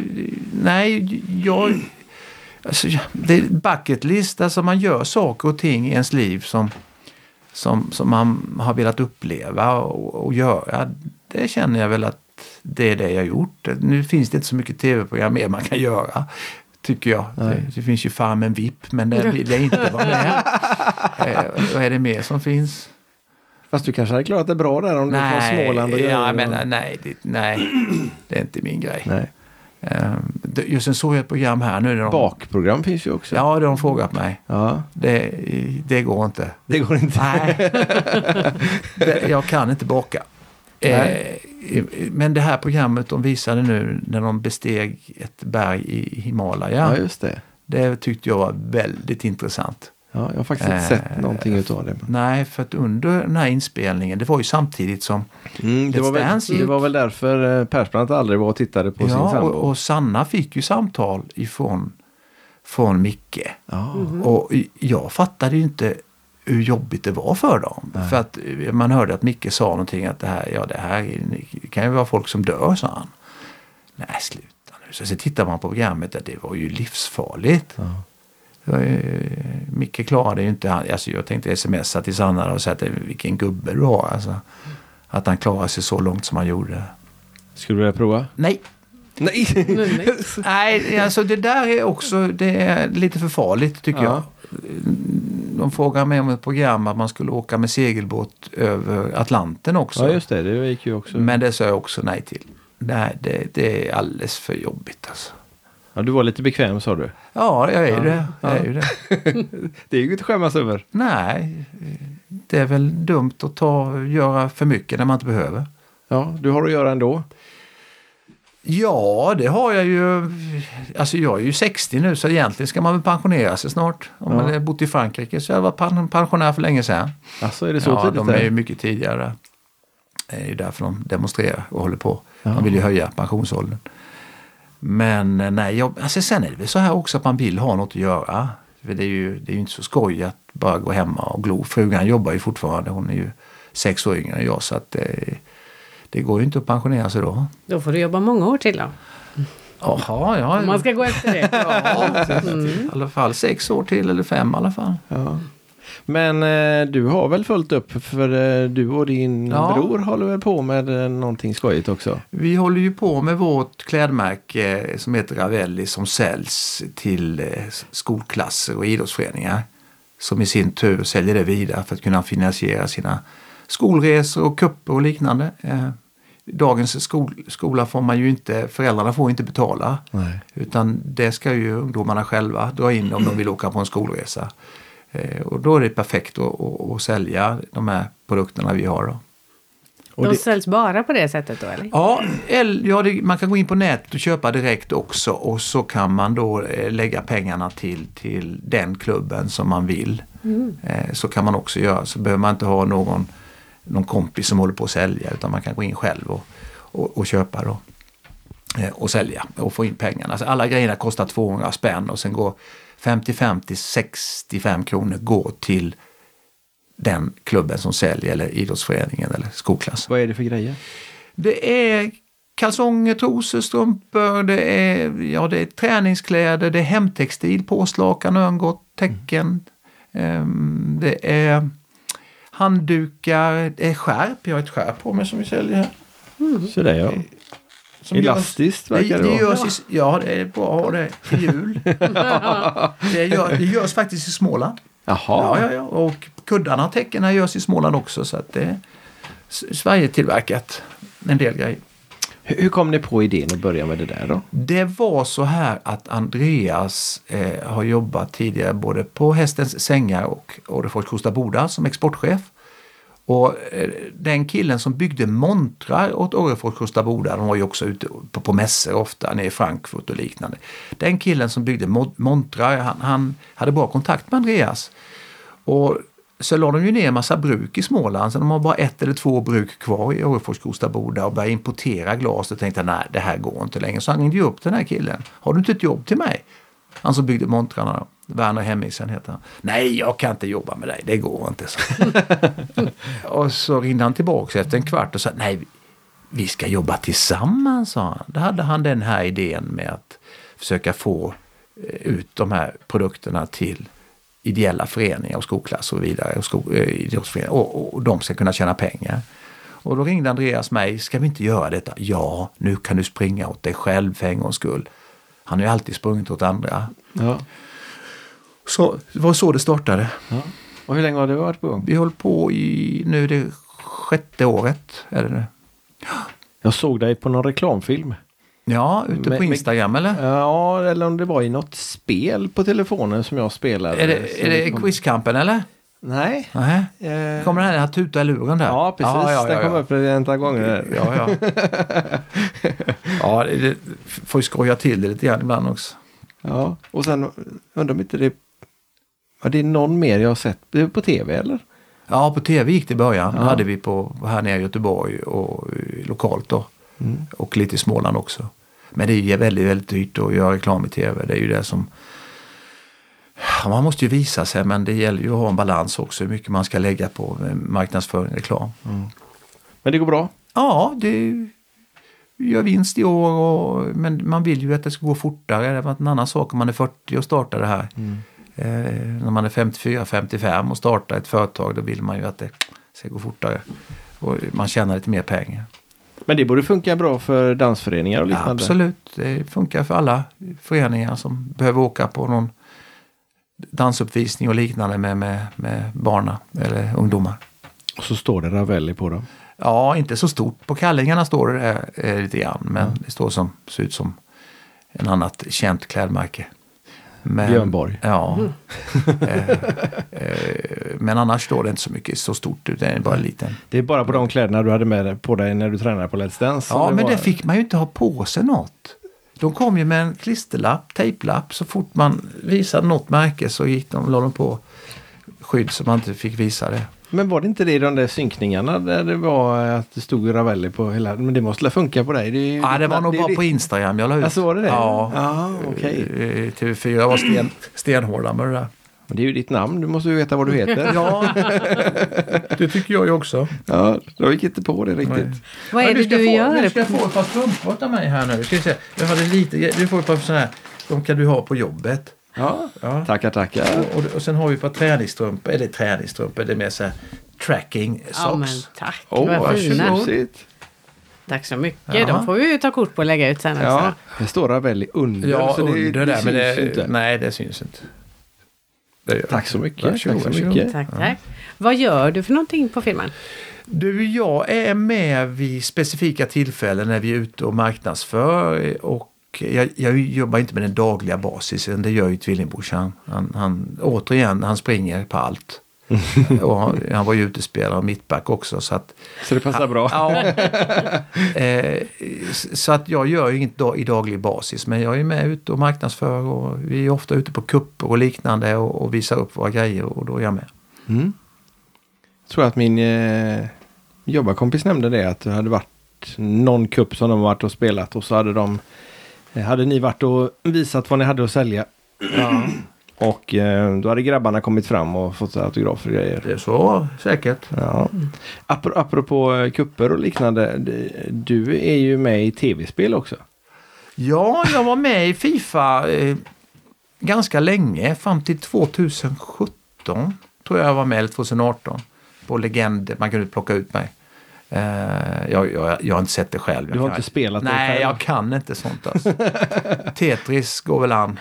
Det är bucket list, alltså man gör saker och ting i ens liv som man har velat uppleva och göra. Det känner jag väl att det är det jag har gjort. Nu finns det inte så mycket tv-program mer man kan göra, tycker jag. Det finns ju Farmen VIP, men det vill jag inte vara med. Vad är det mer som finns? Fast du kanske hade klarat det bra där om du var från Småland. Nej, det är inte min grej. Nej. Just såg jag ett program här nu. Bakprogram finns ju också. Ja, de har frågat mig. Ja. Det går inte. Det går inte. Nej. Jag kan inte baka. Men det här programmet de visade nu när de besteg ett berg i Himalaya. Ja, just det. Det tyckte jag var väldigt intressant. Ja, jag har faktiskt inte sett någonting utav det. Nej, för att under den här inspelningen, det var ju samtidigt som det var väl därför Persbrandt aldrig var och tittade på sin sambo. Och Sanna fick ju samtal från Micke. Och jag fattade ju inte hur jobbigt det var för dem. Nej. För att man hörde att Micke sa någonting att det här kan ju vara folk som dör, sa han. Nej, sluta nu. Så tittar man på programmet att det var ju livsfarligt. Ja. Micke klarade ju inte, alltså jag tänkte smsa till Sanna och säga att vilken gubbe du har, alltså, att han klarade sig så långt som han gjorde. Skulle du vilja prova? Nej, alltså det där är också, det är lite för farligt, tycker jag. De frågade mig om ett program att man skulle åka med segelbåt över Atlanten också. Ja, just det gick ju också. Men det sa jag också nej till. Nej, det är alldeles för jobbigt, alltså. Ja, du var lite bekväm, sa du. Ja, jag är det. Jag är ju det. Det är ju inte att skämmas över. Nej, det är väl dumt att göra för mycket när man inte behöver. Ja, du har att göra ändå. Ja, det har jag ju. Alltså jag är ju 60 nu, så egentligen ska man väl pensionera sig snart. Om man har bott i Frankrike så jag var pensionär för länge sedan. Alltså är det så tidigt? De är ju mycket tidigare. Det är ju därför de demonstrerar och håller på. De vill ju höja pensionsåldern. Men nej, sen är det väl så här också att man vill ha något att göra. För det är ju inte så skoj att bara gå hemma och glo. Frugan jobbar ju fortfarande, hon är ju 6 år yngre än jag, så att det går ju inte att pensionera sig då. Då får du jobba många år till då. Jaha, ja. Man ska gå efter det. I alla fall 6 år till, eller 5 i alla fall. Ja. Men du har väl följt upp, för du och din bror håller väl på med någonting skojigt också? Vi håller ju på med vårt klädmärke som heter Ravelli, som säljs till skolklasser och idrottsföreningar, som i sin tur säljer det vidare för att kunna finansiera sina skolresor och kupper och liknande. Dagens skola får man ju inte, föräldrarna får inte betala. Nej. Utan det ska ju ungdomarna själva dra in om de vill åka på en skolresa. Och då är det perfekt att sälja de här produkterna vi har då. Och de säljs bara på det sättet då, eller? Ja, man kan gå in på nätet och köpa direkt också, och så kan man då lägga pengarna till den klubben som man vill. Så kan man också göra, så behöver man inte ha någon kompis som håller på att sälja, utan man kan gå in själv och köpa då. Och sälja och få in pengarna. Alltså alla grejerna kostar 200 spänn och sen går 55-65 kronor går till den klubben som säljer, eller idrottsföreningen eller skolklass. Vad är det för grejer? Det är kalsonger, trosor, strumpor, det är träningskläder, det är hemtextil, påslakan, örngott, täcken, det är handdukar, det är skärp. Jag har ett skärp på mig som vi säljer här. Så det är elastiskt verkar det vara. Ja, det är bra att ha det till jul. Det görs faktiskt i Småland. Jaha. Ja. Och kuddarna och täckena görs i Småland också, så att det är Sverige tillverkat en del grejer. Hur kom ni på idén att börja med det där då? Det var så här att Andreas har jobbat tidigare både på Hästens Sängar och Orrefors Kosta Boda som exportchef. Och den killen som byggde montrar åt Orrefors Kosta Boda, de var ju också ute på mässor ofta nere i Frankfurt och liknande. Den killen som byggde montrar, han hade bra kontakt med Andreas. Och så la de ju ner en massa bruk i Småland. Så de har bara 1 eller 2 bruk kvar i Orrefors, Kosta Boda och började importera glas. Och tänkte nej, det här går inte längre. Så han ringde ju upp den här killen. Har du inte ett jobb till mig? Han som byggde montrarna då. Werner Hemmingsen heter han. Nej, jag kan inte jobba med dig. Det går inte. Så. Och så ringde han tillbaka efter en kvart och sa nej, vi ska jobba tillsammans, sa han. Då hade han den här idén med att försöka få ut de här produkterna till ideella föreningar och skolklass och vidare och de ska kunna tjäna pengar. Och då ringde Andreas mig, ska vi inte göra detta? Ja, nu kan du springa åt dig själv för en gångs skull. Han har ju alltid sprungit åt andra. Ja. Så det var så det startade. Ja. Och hur länge har det varit på gång? Vi håller på i, nu är det 6:e året, är det nu. Jag såg dig på någon reklamfilm. Ja, ute på Instagram eller? Ja, eller om det var i något spel på telefonen som jag spelade. Är det Quizkampen eller? Nej. Kommer den här tuta i luren där? Ja, precis. Den kom upp ett par gånger. Ja. Ja, det får ju skoja till det lite grann ibland också. Ja, och sen undrar om inte det är någon mer jag har sett. Det är på tv eller? Ja, på tv gick det i början. Ja. Det hade vi här nere i Göteborg och lokalt då. Och lite i Småland också. Men det är ju väldigt, väldigt dyrt att göra reklam i tv. Det är ju det som... Man måste ju visa sig, men det gäller ju att ha en balans också. Hur mycket man ska lägga på marknadsföring och reklam. Men det går bra? Ja, det gör vinst i år. Men man vill ju att det ska gå fortare. Det var en annan sak om man är 40 och startar det här. När man är 54-55 och startar ett företag, då vill man ju att det ska gå fortare. Och man tjänar lite mer pengar. Men det borde funka bra för dansföreningar och liknande? Ja, absolut, det funkar för alla föreningar som behöver åka på någon dansuppvisning och liknande med barna eller ungdomar. Och så står det Ravelli på dem? Ja, inte så stort. På kallingarna står det lite grann, men det ser ut som en annat känt klädmärke. Björnborg. Ja. Men annars står det inte så mycket så stort. Det är bara liten. Det är bara på de kläderna du hade med på dig när du tränade på Let's Dance? Ja, men det fick man ju inte ha på sig något. De kom ju med en klisterlapp, tejplapp. Så fort man visade något märke så la de på skydd så man inte fick visa det. Men var det inte det i de där synkningarna där det var att det stod Ravelli på hela... Men det måste funka på dig? Det var nog bara på Instagram jag la ut. Alltså var det det? Ja, okej. TV4 var stenhårda med det där. Men det är ju ditt namn, du måste ju veta vad du heter. Ja, det tycker jag ju också. Ja, då gick inte på det riktigt. Nej. Vad är det du gör? Du ska få ett par strumpor av mig här nu. Ska vi se. Jag hade du får ett par sådana här, de kan du ha på jobbet. Ja. Tackar. Och sen har vi ett par träningsstrumpor. Det är mer så här tracking socks. Ja, men tack. Vad fina. Tack så mycket. Jaha. De får vi ju ta kort på och lägga ut sen också. Ja, det står Ravelli under. Ja, så under det där, syns men inte. Nej, det syns inte. Tack så mycket. Varsågod. Tack. Vad gör du för någonting på filmen? Jag är med vid specifika tillfällen när vi är ute och marknadsför och jag jobbar inte med den dagliga basisen. Det gör ju tvillingbrorsan. Han springer på allt. Och han var ju utespelare och mittback också. Så det passar bra. Ja. Så att jag gör ju inget i daglig basis. Men jag är med ute och marknadsför. Och vi är ofta ute på kupper och liknande. Och visar upp våra grejer. Och då är jag med. Jag tror att min jobbarkompis nämnde det. Att det hade varit någon kupp som de varit och spelat. Och så hade ni varit och visat vad ni hade att sälja. Ja. Och då hade grabbarna kommit fram och fått autografer och grejer. Det är så säkert. Ja. Apropå kupper och liknande. Du är ju med i tv-spel också. Ja, jag var med i FIFA ganska länge. Fram till 2017 tror jag var med. Eller 2018. På Legend. Man kunde plocka ut mig. Jag har inte sett det själv. Du har inte spelat det själv? Nej, jag kan inte sånt alltså. Tetris går väl an.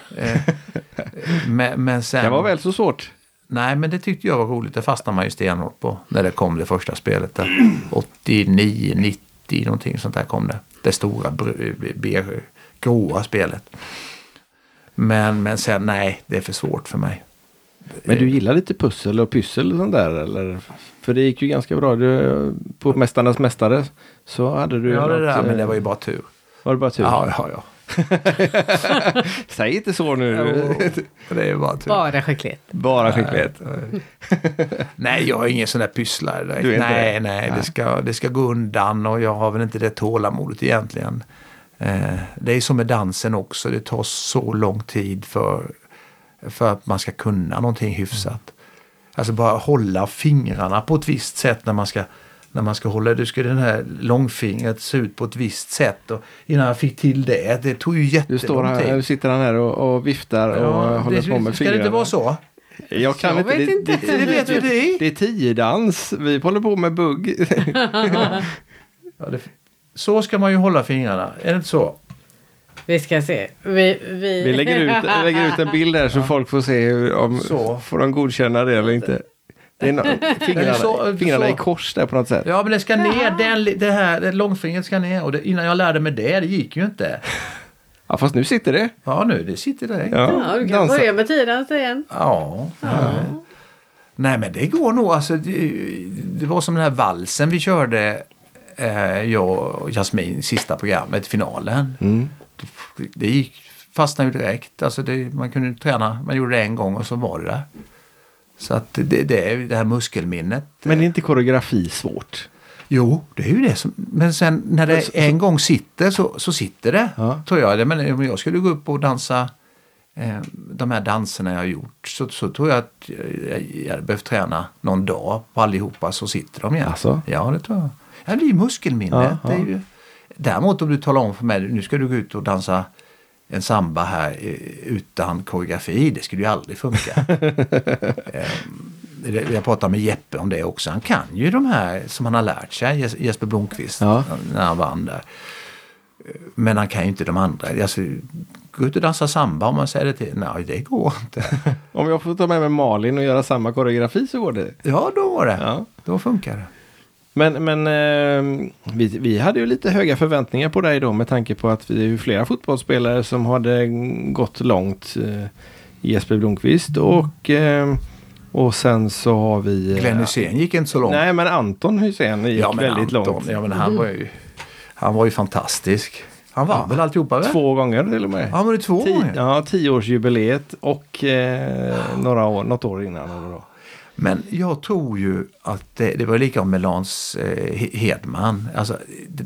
Men sen... Det var väl så svårt? Nej, men det tyckte jag var roligt. Det fastnade man ju stenhårt på när det kom det första spelet. Där. 89, 90 någonting sånt där kom det. Det stora gråa spelet. Men sen, nej, det är för svårt för mig. Men du gillar lite pussel och pyssel och sånt där, eller? För det gick ju ganska bra. På Mästarnas mästare så hade du... Ja, det där, men det var ju bara tur. Var det bara tur? Ja. Säg inte så nu. Det är Bara skicklighet. Bara skicklighet. Nej, jag har ingen sån där pysslare direkt. Du är inte Nej, det ska gå undan och jag har väl inte det tålamodet egentligen. Det är som med dansen också. Det tar så lång tid för att man ska kunna någonting hyfsat. Alltså bara hålla fingrarna på ett visst sätt när man ska hålla, du ska den här långfingret se ut på ett visst sätt och innan jag fick till det tog ju jättelång tid. Du sitter här och viftar och håller på med fingrarna. Ska det inte vara så? Jag kan inte. Det vet du det. Det är 10-dans. Vi håller på med bugg. Så ska man ju hålla fingrarna. Är det inte så? Vi ska se. Vi lägger ut en bild här så folk får se om får de godkänna det eller inte. Det är fingrarna i kors där på något sätt. Ja, men det ska ner. Det här långfingret ska ner. Och innan jag lärde mig det gick ju inte. Ja, fast nu sitter det. Ja, det sitter direkt. Ja, du kan börja med tiden igen. Ja. Nej, men det går nog. Alltså, det var som den här valsen vi körde, jag och Jasmin, sista programmet, finalen. Det gick fastnade ju direkt. Alltså man kunde träna, man gjorde det en gång och så var det där. Så att det är det här muskelminnet. Men är inte koreografi svårt? Jo, det är ju det. Men sen när det en gång sitter så sitter det, tror jag. Men om jag skulle gå upp och dansa de här danserna jag har gjort så tror jag att jag behövt träna någon dag på allihopa så sitter de igen. Alltså? Ja, det tror jag. Ja, det är ju muskelminnet. Det är ju... Däremot om du talar om för mig, nu ska du gå ut och dansa en samba här utan koreografi, det skulle ju aldrig funka. Jag pratar med Jeppe om det också. Han kan ju de här som han har lärt sig, Jesper Blomqvist, när han vann där. Men han kan ju inte de andra. Alltså, gå ut och dansa samba om man säger det till. Nej, det går inte. Om jag får ta med mig Malin och göra samma koreografi så går det. Ja, då går det. Ja. Då funkar det. Men vi hade ju lite höga förväntningar på dig då med tanke på att vi är ju flera fotbollsspelare som hade gått långt. Jesper Blomqvist och sen så har vi... Glenn Hysén gick inte så långt. Nej, men Anton Hysén gick väldigt långt. Ja, men han var ju fantastisk. Han vann väl alltihopa, väl? 2 gånger till och med. Han var det 2 gånger? Ja, 10-årsjubileet och något år innan. Då. Men jag tror ju att det var lika med Lans Hedman. Alltså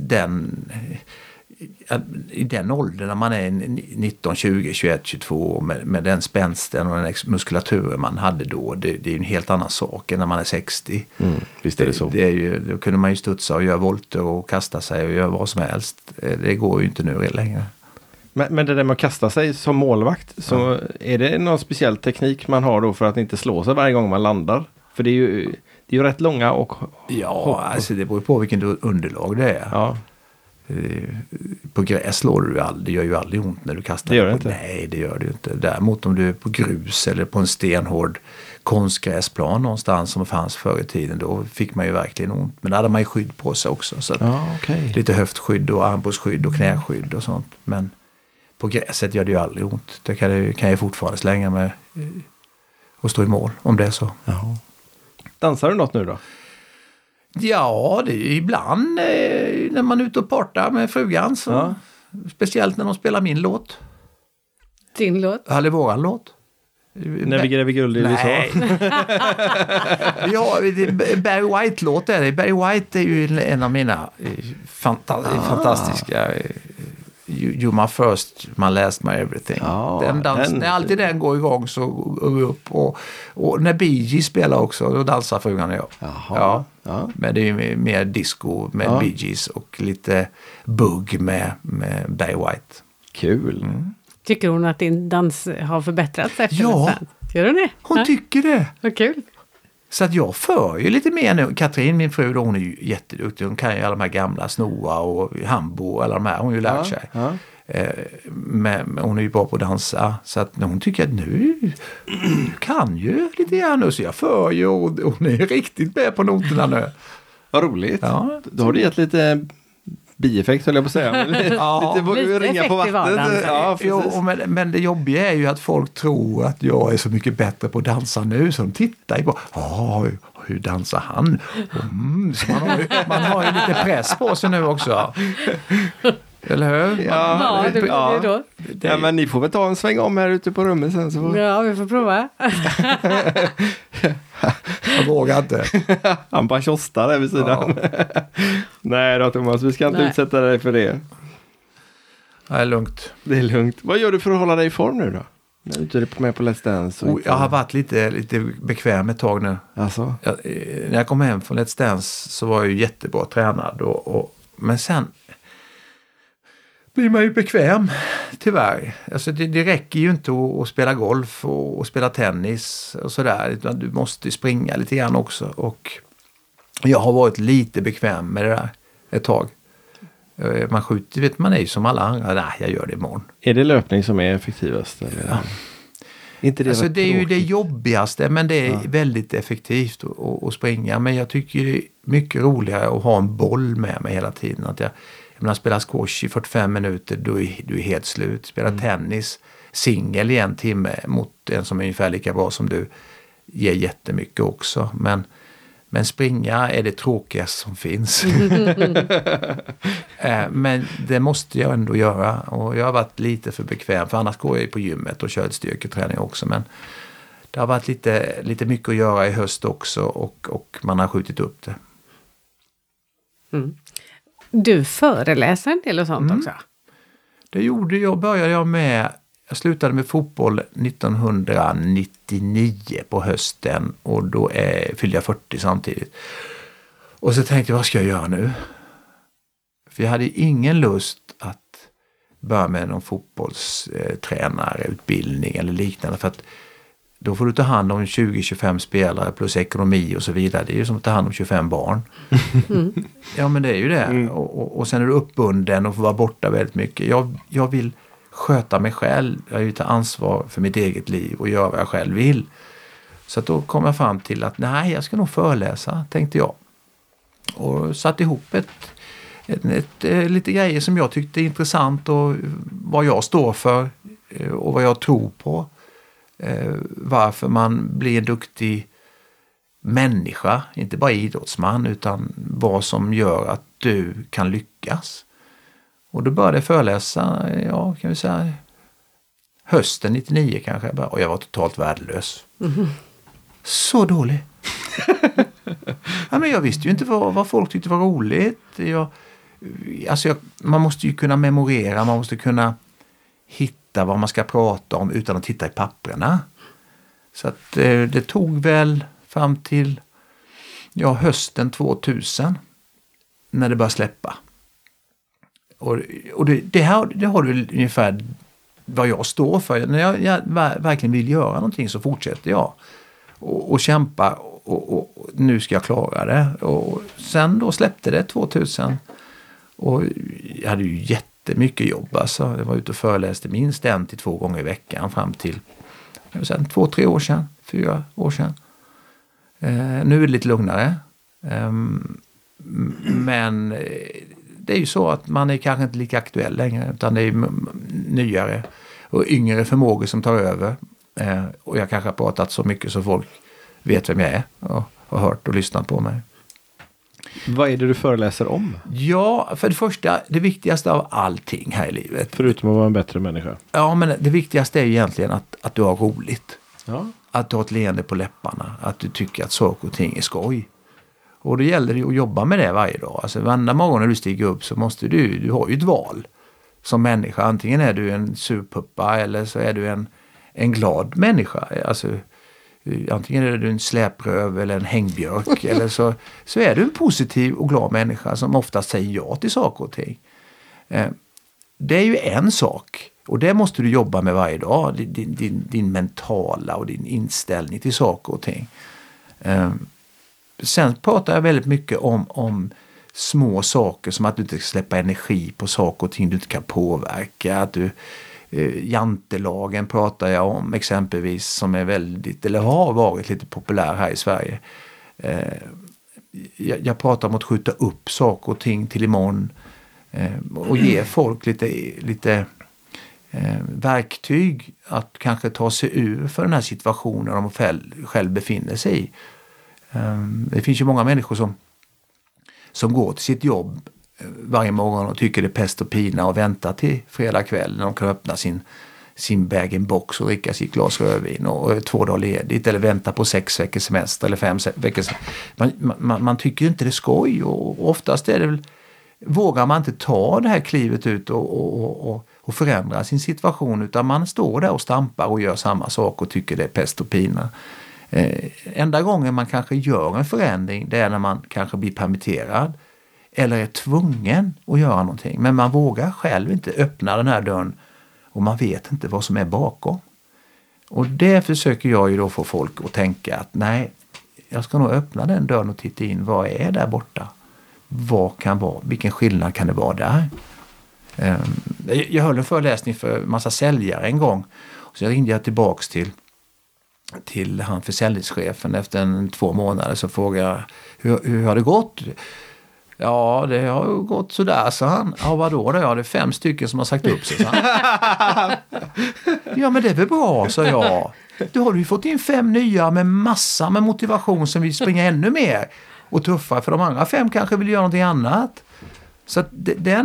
i den åldern när man är 19, 20, 21, 22 med den spänsten och den muskulaturen man hade då, det är en helt annan sak än när man är 60. Visst är det så. Då kunde man ju studsa och göra volter och kasta sig och göra vad som helst. Det går ju inte nu längre. Men det där med att kasta sig som målvakt, så är det någon speciell teknik man har då för att inte slå sig varje gång man landar? För det är ju rätt långa och alltså det beror på vilken underlag det är. Ja. På gräs slår du aldrig, det gör ju aldrig ont när du kastar. Det gör det inte. Nej, det gör det inte. Däremot om du är på grus eller på en stenhård konstgräsplan någonstans som fanns förr i tiden, då fick man ju verkligen ont. Men då hade man ju skydd på sig också. Så lite höftskydd och armbågsskydd och knäskydd och sånt. Men på gräset gör det ju aldrig ont. Det kan jag fortfarande slänga med och stå i mål om det är så. Ja. Dansar du något nu då? Ja, det är ibland när man är ute och partar med frugan. Så, speciellt när de spelar min låt. Din låt? Eller våran låt. När vi gräver guld i USA. Ja, Barry White-låt är det. Barry White är ju en av mina fantastiska... You my first, my last, my everything. När alltid den går igång så går vi upp. Och när Bee Gees spelar också, då dansar frugan och jag. Ja. Men det är ju mer disco med Bee Gees och lite bugg med Barry White. Kul. Tycker hon att din dans har förbättrats efter det? Gör hon det? Hon tycker det. Vad kul. Så att jag för ju lite mer nu. Katrin, min fru, då, hon är ju jätteduktig. Hon kan ju alla de här gamla Snoa och Hambo och alla de här. Hon har ju lärt sig. Men hon är ju bra på att dansa. Så att hon tycker att nu kan ju lite grann nu. Så jag för ju och hon är riktigt med på noterna nu. Vad roligt. Ja. Då har du gett lite bieffekt, höll jag på att säga. Lite ringa på vattnet. Men det jobbiga är ju att folk tror att jag är så mycket bättre på att dansa nu, så de tittar ju på hur dansar han? Så man har ju lite press på sig nu också. Eller hur? Ja, det blir det då. Ja, men ni får väl ta en sväng om här ute på rummet sen. Så Ja, vi får prova. Jag vågar inte. Han bara tjostar där vid sidan. Ja. Nej då Thomas, vi ska inte utsätta dig för det. Det är lugnt. Det är lugnt. Vad gör du för att hålla dig i form nu då? När du är med på Let's Dance. Jag har varit lite bekväm ett tag nu. Alltså? När jag kom hem från Let's Dance så var jag ju jättebra tränad. Men sen blir man ju bekväm, tyvärr. Alltså det räcker ju inte att spela golf och spela tennis och sådär. Utan du måste springa lite grann också. Och jag har varit lite bekväm med det där ett tag. Man skjuter, vet man är ju som alla andra. Nej, jag gör det imorgon. Är det löpning som är effektivast? Eller? Ja. Inte det, alltså, det är ju det jobbigaste, men det är väldigt effektivt att springa. Men jag tycker det är mycket roligare att ha en boll med mig hela tiden. Att jag menar, spela squash i 45 minuter, du är helt slut. Spela tennis, singel i 1 timme mot en som är ungefär lika bra som du, ger jättemycket också. Men springa är det tråkigaste som finns. Men det måste jag ändå göra. Och jag har varit lite för bekväm. För annars går jag på gymmet och kör styrketräning också. Men det har varit lite mycket att göra i höst också. Och man har skjutit upp det. Mm. Du föreläser en del och sånt också? Det gjorde jag. Började jag med. Jag slutade med fotboll 1999 på hösten och då fyllde jag 40 samtidigt. Och så tänkte jag, vad ska jag göra nu? För jag hade ingen lust att börja med någon fotbollstränarutbildning eller liknande. För att då får du ta hand om 20-25 spelare plus ekonomi och så vidare. Det är ju som att ta hand om 25 barn. Ja, men det är ju det. Och sen är du uppbunden och får vara borta väldigt mycket. Jag vill sköta mig själv. Jag vill ta ansvar för mitt eget liv och göra vad jag själv vill. Så att då kom jag fram till att nej, jag ska nog föreläsa, tänkte jag. Och satt ihop lite grejer som jag tyckte är intressant och vad jag står för och vad jag tror på. Varför man blir en duktig människa, inte bara idrottsman, utan vad som gör att du kan lyckas. Och då började jag föreläsa, kan vi säga, hösten 99 kanske. Och jag var totalt värdelös. Så dålig. Ja, men jag visste ju inte vad folk tyckte var roligt. Man måste ju kunna memorera, man måste kunna hitta vad man ska prata om utan att titta i papperna. Så att det tog väl fram till hösten 2000 när det började släppa. Och det har du ungefär vad jag står för. När jag verkligen vill göra någonting så fortsätter jag och kämpa och nu ska jag klara det. Och sen då släppte det 2000 och jag hade ju jättemycket jobb. Alltså. Jag var ute och föreläste minst 1 till 2 gånger i veckan fram till 2-3 år sedan, 4 år sedan. Nu är det lite lugnare. Men det är ju så att man är kanske inte lika aktuell längre, utan det är nyare och yngre förmågor som tar över. Och jag kanske har pratat så mycket så folk vet vem jag är och har hört och lyssnat på mig. Vad är det du föreläser om? Ja, för det första, det viktigaste av allting här i livet. Förutom att vara en bättre människa. Ja, men det viktigaste är egentligen att du har roligt. Ja. Att du har ett leende på läpparna. Att du tycker att saker och ting är skoj. Och då gäller det att jobba med det varje dag. Alltså varenda morgon när du stiger upp så måste du har ju ett val som människa. Antingen är du en surpuppa eller så är du en glad människa. Alltså antingen är du en släpröv eller en hängbjörk eller så är du en positiv och glad människa som oftast säger ja till saker och ting. Det är ju en sak och det måste du jobba med varje dag. Din mentala och din inställning till saker och ting. Sen pratar jag väldigt mycket om små saker som att du inte ska släppa energi på saker och ting du inte kan påverka. Att jantelagen pratar jag om exempelvis som är väldigt, eller har varit lite populär här i Sverige. Jag pratar om att skjuta upp saker och ting till imorgon och ge folk lite verktyg att kanske ta sig ur för den här situationen de själv befinner sig i. Det finns ju många människor som går till sitt jobb varje morgon och tycker det är pest och pina och väntar till fredag kväll när de kan öppna sin bag-in-box och dricka sitt glas rödvin och 2 dagar ledigt eller vänta på 6 veckors semester eller 5 veckors. Man tycker inte det är skoj och oftast är det väl, vågar man inte ta det här klivet ut och förändra sin situation, utan man står där och stampar och gör samma sak och tycker det är pest och pina. Enda gången man kanske gör en förändring, det är när man kanske blir permitterad eller är tvungen att göra någonting, men man vågar själv inte öppna den här dörren och man vet inte vad som är bakom. Och det försöker jag ju då få folk att tänka att nej, jag ska nog öppna den dörren och titta in, vad är där borta? Vad kan vara, vilken skillnad kan det vara där? Jag höll en föreläsning för en massa säljare en gång, så jag ringde tillbaks till han försäljningschefen efter 2 månader, så frågade jag, hur har det gått? Ja, det har gått sådär, sa han. Ja, vadå då? Ja, det är 5 stycken som har sagt upp sig, sa han. Ja, men det är väl bra, sa jag. Då har du fått in 5 nya med massa med motivation som vill springa ännu mer och tuffare, för de andra 5 kanske vill göra någonting annat. Så att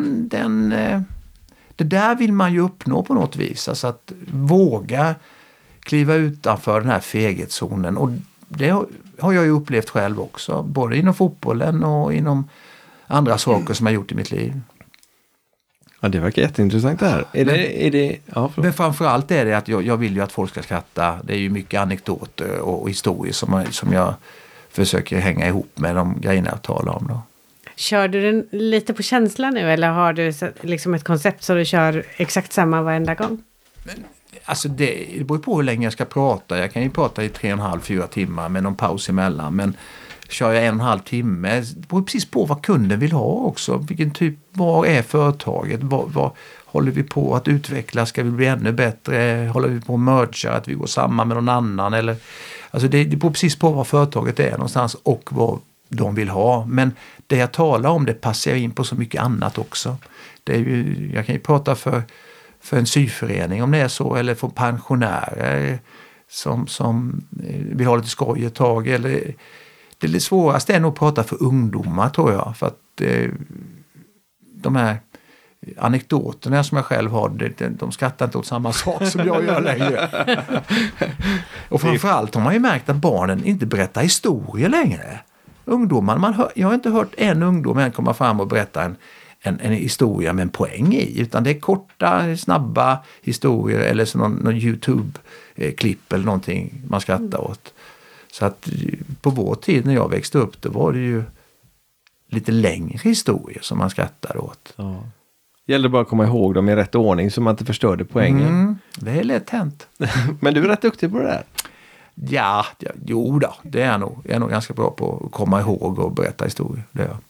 det där vill man ju uppnå på något vis. Alltså att våga kliva utanför den här feghetszonen. Och det har jag ju upplevt själv också. Både inom fotbollen och inom andra saker som jag gjort i mitt liv. Ja, det verkar jätteintressant det här. Men framförallt är det att jag vill ju att folk ska skratta. Det är ju mycket anekdoter och historier som jag försöker hänga ihop med de grejerna jag talar om då. Kör du den lite på känsla nu, eller har du liksom ett koncept så du kör exakt samma varenda gång? Alltså det beror på hur länge jag ska prata. Jag kan ju prata i 3,5-4 timmar med någon paus emellan. Men kör jag 1,5 timme, det beror precis på vad kunden vill ha också. Vilken typ, vad är företaget? Vad håller vi på att utveckla? Ska vi bli ännu bättre? Håller vi på att merga, att vi går samman med någon annan? Eller, alltså det beror precis på vad företaget är någonstans och vad de vill ha. Men det jag talar om, det passar jag in på så mycket annat också. Det är ju, jag kan ju prata för en syförening om det är så, eller för pensionärer som vill ha lite skoj ett tag. Eller, det svåraste är nog att prata för ungdomar, tror jag. För att de här anekdoterna som jag själv har, de skrattar inte åt samma sak som jag gör längre. Och framförallt har man ju märkt att barnen inte berättar historier längre. Ungdomar, jag har inte hört en ungdom komma fram och berätta en historia med en poäng i, utan det är korta, snabba historier eller så någon YouTube-klipp eller någonting man skrattar åt. Så att på vår tid när jag växte upp, då var det ju lite längre historier som man skrattade åt. Ja. Gäller bara att komma ihåg dem i rätt ordning så man inte förstörde poängen. Det är lätt hänt. Men du är rätt duktig på det där. Ja, jo då, det är jag nog. Jag är nog ganska bra på att komma ihåg och berätta historier. Det är jag.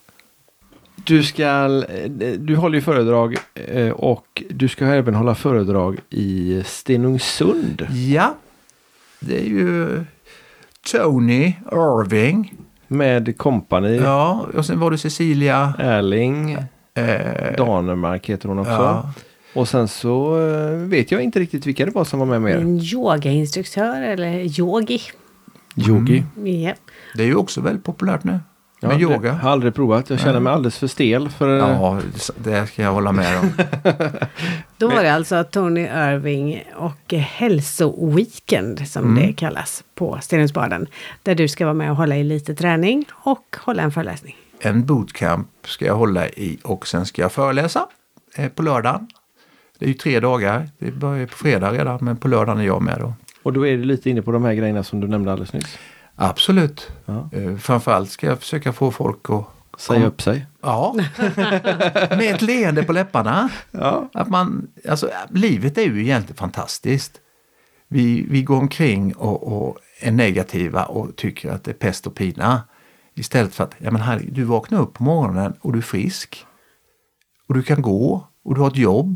Du håller ju föredrag och du ska även hålla föredrag i Stenungsund. Ja, det är ju Tony Irving. Med kompani. Ja, och sen var det Cecilia Erling. Danemark heter hon också. Ja. Och sen så vet jag inte riktigt vilka det var som var med mer. En yogainstruktör eller yogi. Yogi. Ja. Det är ju också väldigt populärt nu. Ja, med yoga. Jag har aldrig provat. Jag känner mig alldeles för stel. Ja, det ska jag hålla med om. Då var det alltså Tony Irving och hälsoweekend som det kallas på Stenungsbaden. Där du ska vara med och hålla i lite träning och hålla en föreläsning. En bootcamp ska jag hålla i och sen ska jag föreläsa på lördagen. Det är ju 3 dagar. Det börjar på fredag redan, men på lördagen är jag med då. Och då är du lite inne på de här grejerna som du nämnde alldeles nyss. Absolut. Ja. Framförallt ska jag försöka få folk att säga upp sig. Ja. Med ett leende på läpparna. Ja. Att livet är ju egentligen fantastiskt. Vi går omkring och är negativa och tycker att det är pest och pina. Istället för att du vaknar upp på morgonen och du är frisk. Och du kan gå och du har ett jobb.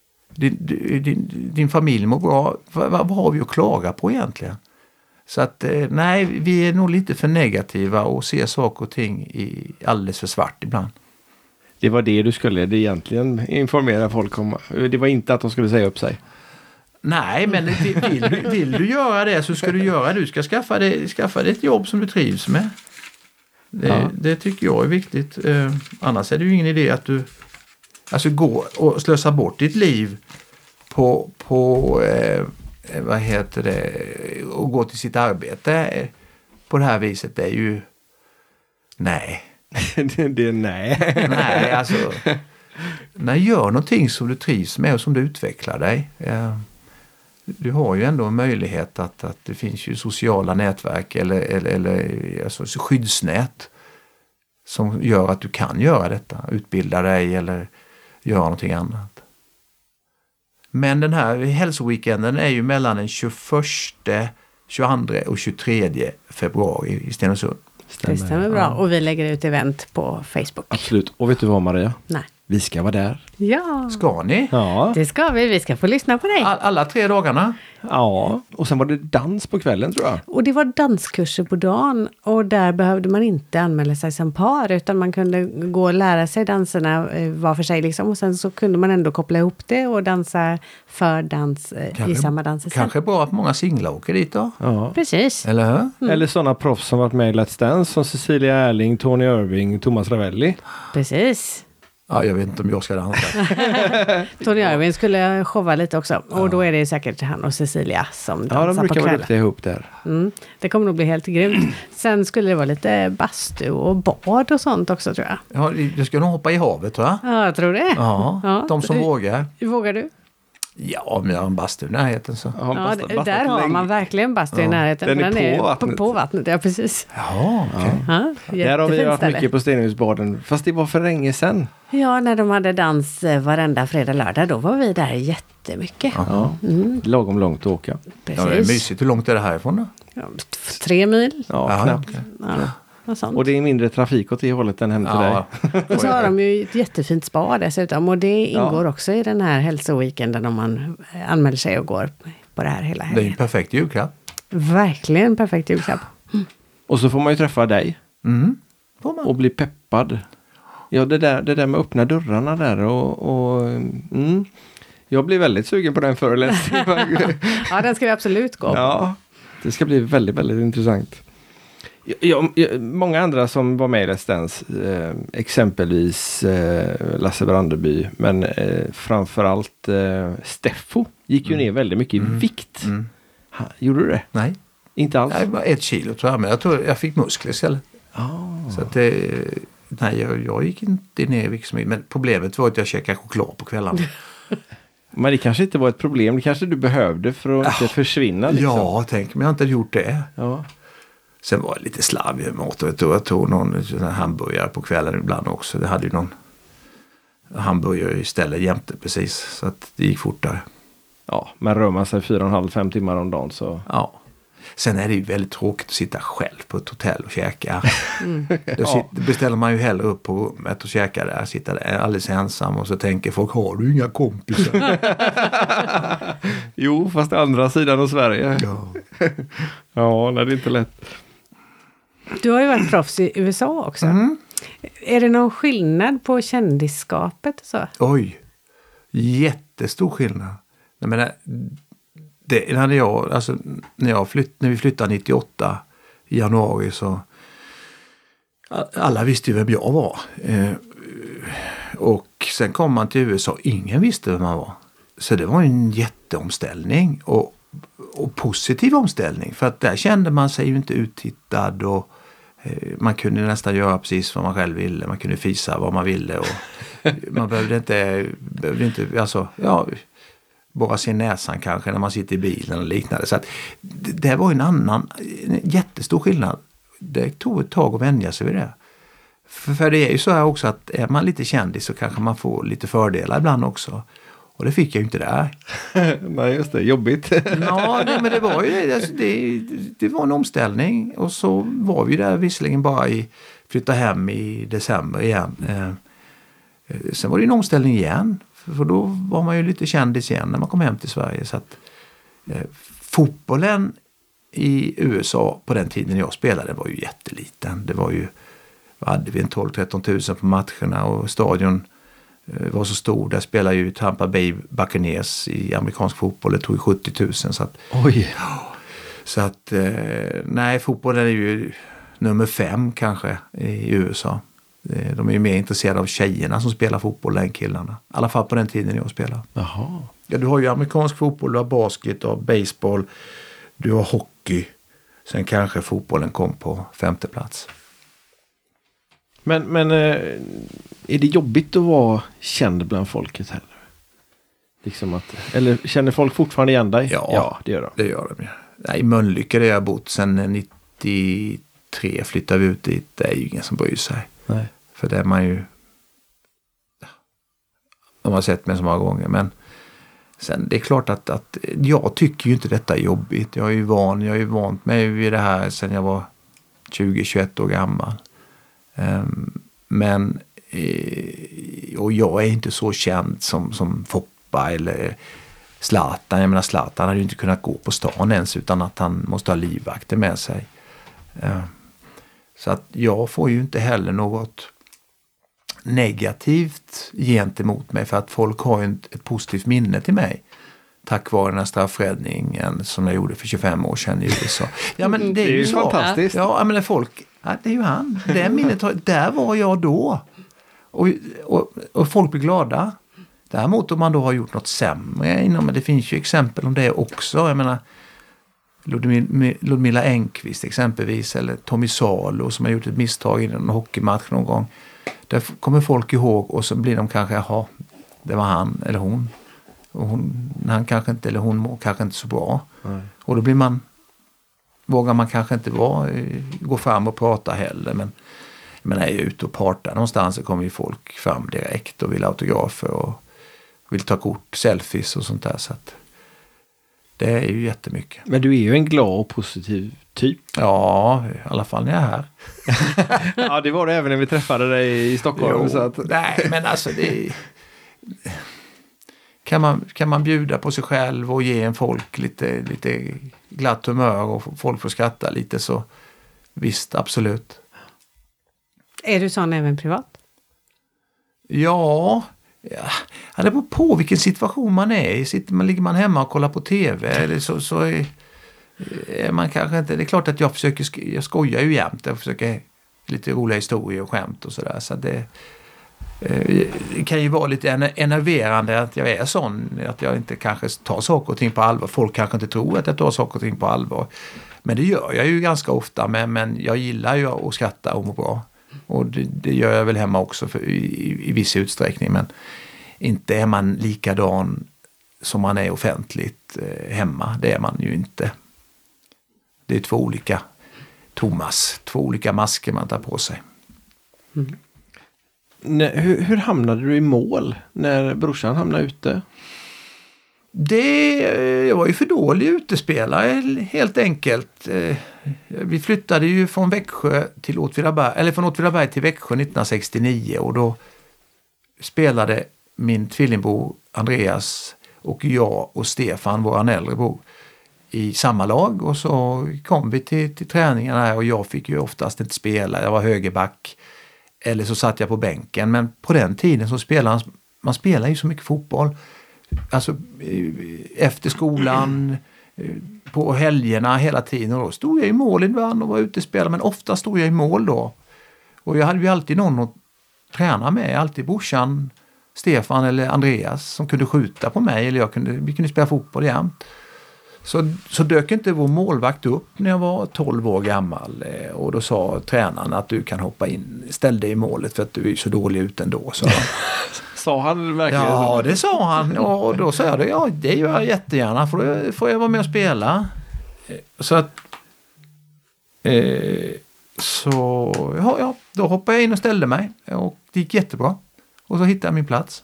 Din familj mår bra. Vad har vi att klaga på egentligen? Så att nej, vi är nog lite för negativa och ser saker och ting i alldeles för svart ibland. Det var det du skulle egentligen informera folk om. Det var inte att de skulle säga upp sig. Nej, men vill du göra det så ska du göra det. Du ska skaffa dig ett jobb som du trivs med. Det tycker jag är viktigt. Annars är det ju ingen idé att du gå och slösa bort ditt liv på vad heter det, och gå till sitt arbete på det här viset. Det är ju nej. Det är nej. Nej, alltså gör någonting som du trivs med och som du utvecklar dig. Du har ju ändå en möjlighet att det finns ju sociala nätverk eller alltså skyddsnät som gör att du kan göra detta. Utbilda dig eller göra någonting annat. Men den här hälsoweekenden är ju mellan den 21, 22 och 23 februari i Stenungsund. Det stämmer bra. Och vi lägger ut event på Facebook. Absolut. Och vet du vad, Maria? Nej. Vi ska vara där. Ja. Ska ni? Ja. Det ska vi. Vi ska få lyssna på dig. Alla 3 dagarna? Ja. Och sen var det dans på kvällen, tror jag. Och det var danskurser på dagen. Och där behövde man inte anmäla sig som par. Utan man kunde gå och lära sig danserna var för sig. Liksom. Och sen så kunde man ändå koppla ihop det och dansa för dans i samma dans. Kanske bra att många singlar åker dit då? Ja. Precis. Eller hur? Mm. Eller sådana proffs som varit med i Let's Dance. Som Cecilia Erling, Tony Irving, Thomas Ravelli. Precis. Ja, jag vet inte om jag ska dansa. Tony Irving skulle showa lite också. Och då är det säkert han och Cecilia som dansar på kvällen. Ja, de brukar vara duktiga ihop där. Det kommer nog bli helt grymt. Sen skulle det vara lite bastu och bad och sånt också, tror jag. Ja, du ska nog hoppa i havet, tror jag. Ja, jag tror det. Ja, de som vågar. Vågar du? Ja, om jag har en bastu i närheten så. Ja, där har man verkligen bastu i närheten. Den är på vattnet. På vattnet, ja precis. Ja, okej. Ja, där har vi varit ställe. mycket på Stenhusbaden. Fast det var för länge sedan. Ja, när de hade dans varenda fredag, lördag, då var vi där jättemycket. Ja. Lagom långt att åka. Precis. Ja, det är mysigt. Hur långt är det härifrån då? Ja, 3 mil. Ja, knappt. okej. Och sånt. Och det är mindre trafik åt det hållet än hem till dig. Och så har de ju ett jättefint spa dessutom. Och det ingår också i den här hälsoweekenden om man anmäler sig och går på det här hela helgen. Det är ju en perfekt julklapp. Verkligen perfekt julklapp. Och så får man ju träffa dig. Och bli peppad. Ja, det där med att öppna dörrarna där jag blir väldigt sugen på den föreläsningen. Ja, den ska vi absolut gå på. Ja, det ska bli väldigt, väldigt intressant. Många andra som var med i Let's Dance, exempelvis Lasse Brandeby, men framförallt Steffo gick ju ner väldigt mycket i vikt. Gjorde du det? Nej. Inte alls? Nej, bara 1 kilo tror jag, men jag tror jag fick muskler istället. Så att jag gick inte ner i vikt så mycket, men problemet var att jag käkade choklad på kvällarna. Men det kanske inte var ett problem, det kanske du behövde för att inte försvinna. Liksom. Ja, tänk om jag inte hade gjort det. Ja. Sen var det lite slarvig mat och jag tog någon hamburgare på kvällen ibland också. Det hade ju någon hamburgare istället jämte precis, så att det gick fortare. Ja, men rör man sig 4,5-5 timmar om dagen så... Ja. Sen är det ju väldigt tråkigt att sitta själv på ett hotell och käka. Då beställer man ju hellre upp på rummet och käkar där. Sitter där alldeles ensam och så tänker folk, har du inga kompisar? Jo, fast andra sidan av Sverige. Ja. Ja, det är inte lätt. Du har ju varit proffs i USA också. Är det någon skillnad på kändisskapet och så? Oj, jättestor skillnad. Jag menar, när vi flyttade 98 i januari så alla visste ju vem jag var. Och sen kom man till USA, ingen visste vem man var. Så det var en jätteomställning och positiv omställning. För att där kände man sig ju inte uttittad och man kunde nästan göra precis vad man själv ville. Man kunde fisa vad man ville och man behövde inte borra sin näsan kanske när man sitter i bilen och liknande. Så att det var en jättestor skillnad. Det tog ett tag att vänja sig vid det. För det är ju så här också att är man lite kändis så kanske man får lite fördelar ibland också. Och det fick jag ju inte där. Nej, just det. Jobbigt. Ja, men det var ju det var en omställning. Och så var vi där visserligen bara flytta hem i december igen. Sen var det en omställning igen. För då var man ju lite kändis igen när man kom hem till Sverige. Så att fotbollen i USA på den tiden jag spelade var ju jätteliten. Det var ju, hade vi 12-13 tusen på matcherna och stadion var så stor. Där spelade ju Tampa Bay Buccaneers i amerikansk fotboll. Det tog ju 70 000. Så att, oj. Så att nej, fotbollen är ju nummer 5 kanske i USA. De är ju mer intresserade av tjejerna som spelar fotboll än killarna. I alla fall på den tiden jag spelade. Jaha. Ja, du har ju amerikansk fotboll, du har basket, du har baseball, du har hockey. Sen kanske fotbollen kom på 5:e plats. Men är det jobbigt att vara känd bland folket här? Liksom att, eller känner folk fortfarande igen dig? Ja, det gör de. Det gör de. Ja. Nej, i Mölnlycke där jag har bott sedan 93 flyttade vi ut dit. Det är ju ingen som bryr sig. Nej. För det är man ju... De har sett mig så många gånger. Men sen det är klart att jag tycker ju inte detta är jobbigt. Jag är ju vant mig vid det här sedan jag var 20-21 år gammal. Men och jag är inte så känd som Foppa eller Zlatan. Jag menar, Zlatan hade ju inte kunnat gå på stan ens utan att han måste ha livvakter med sig. Så att jag får ju inte heller något negativt gentemot mig, för att folk har ju ett positivt minne till mig tack vare den här straffräddningen som jag gjorde för 25 år sedan i USA. Ja, men det är ju så fantastiskt. Ja, men folk, det är ju han. Det minnet, där var jag då. Och folk blir glada. Däremot om man då har gjort något sämre men det finns ju exempel om det också. Jag menar Ludmila Engqvist exempelvis, eller Tommy Salo som har gjort ett misstag i en hockeymatch någon gång. Där kommer folk ihåg och så blir de kanske, jaha, det var han eller hon. Och han kanske inte, eller hon mår kanske inte så bra. Nej. Och då vågar man kanske inte gå fram och prata heller. Men är jag ute och partar någonstans så kommer ju folk fram direkt och vill autografer och vill ta kort, selfies och sånt där. Så att det är ju jättemycket. Men du är ju en glad och positiv typ. Ja, i alla fall när jag är här. Ja, det var det även när vi träffade dig i Stockholm. Jo, så att... Nej, men alltså det kan man bjuda på sig själv och ge en folk lite glatt humör och folk får skratta lite, så visst, absolut. Är du sån även privat? Ja, det beror på vilken situation man är i. Ligger man hemma och kollar på tv eller så är man kanske inte... Det är klart att jag skojar ju jämt. Jag försöker lite roliga historier och skämt och sådär. Så det kan ju vara lite enerverande att jag är sån. Att jag inte kanske tar saker och ting på allvar. Folk kanske inte tror att jag tar saker och ting på allvar. Men det gör jag ju ganska ofta. Men jag gillar ju att skratta och må bra. Och det gör jag väl hemma också i viss utsträckning. Men inte är man likadan som man är offentligt hemma. Det är man ju inte. Det är två olika masker man tar på sig. Mm. Hur hamnade du i mål när brorsan hamnade ute? Jag var ju för dålig utespelare helt enkelt. Vi flyttade ju från Växjö till Åtvidaberg, eller från Åtvidaberg till Växjö 1969, och då spelade min tvillingbror Andreas och jag och Stefan, vår äldre bror, i samma lag, och så kom vi till träningarna och jag fick ju oftast inte spela. Jag var högerback eller så satt jag på bänken, men på den tiden så man spelar ju så mycket fotboll. Alltså efter skolan, på helgerna hela tiden, och då stod jag i mål ibland och var ute och spelade, men ofta stod jag i mål då. Och jag hade ju alltid någon att träna med, alltid brorsan Stefan eller Andreas som kunde skjuta på mig, eller vi kunde spela fotboll jämt. Så dök inte vår målvakt upp när jag var 12 år gammal, och då sa tränaren att du kan hoppa in, ställ dig i målet för att du är så dålig ut ändå. Så. Sa han verkligen? Ja, det sa han, och då sa jag ja, det gör jag jättegärna, får jag vara med och spela. Så att då hoppade jag in och ställde mig, och det gick jättebra. Och så hittade jag min plats.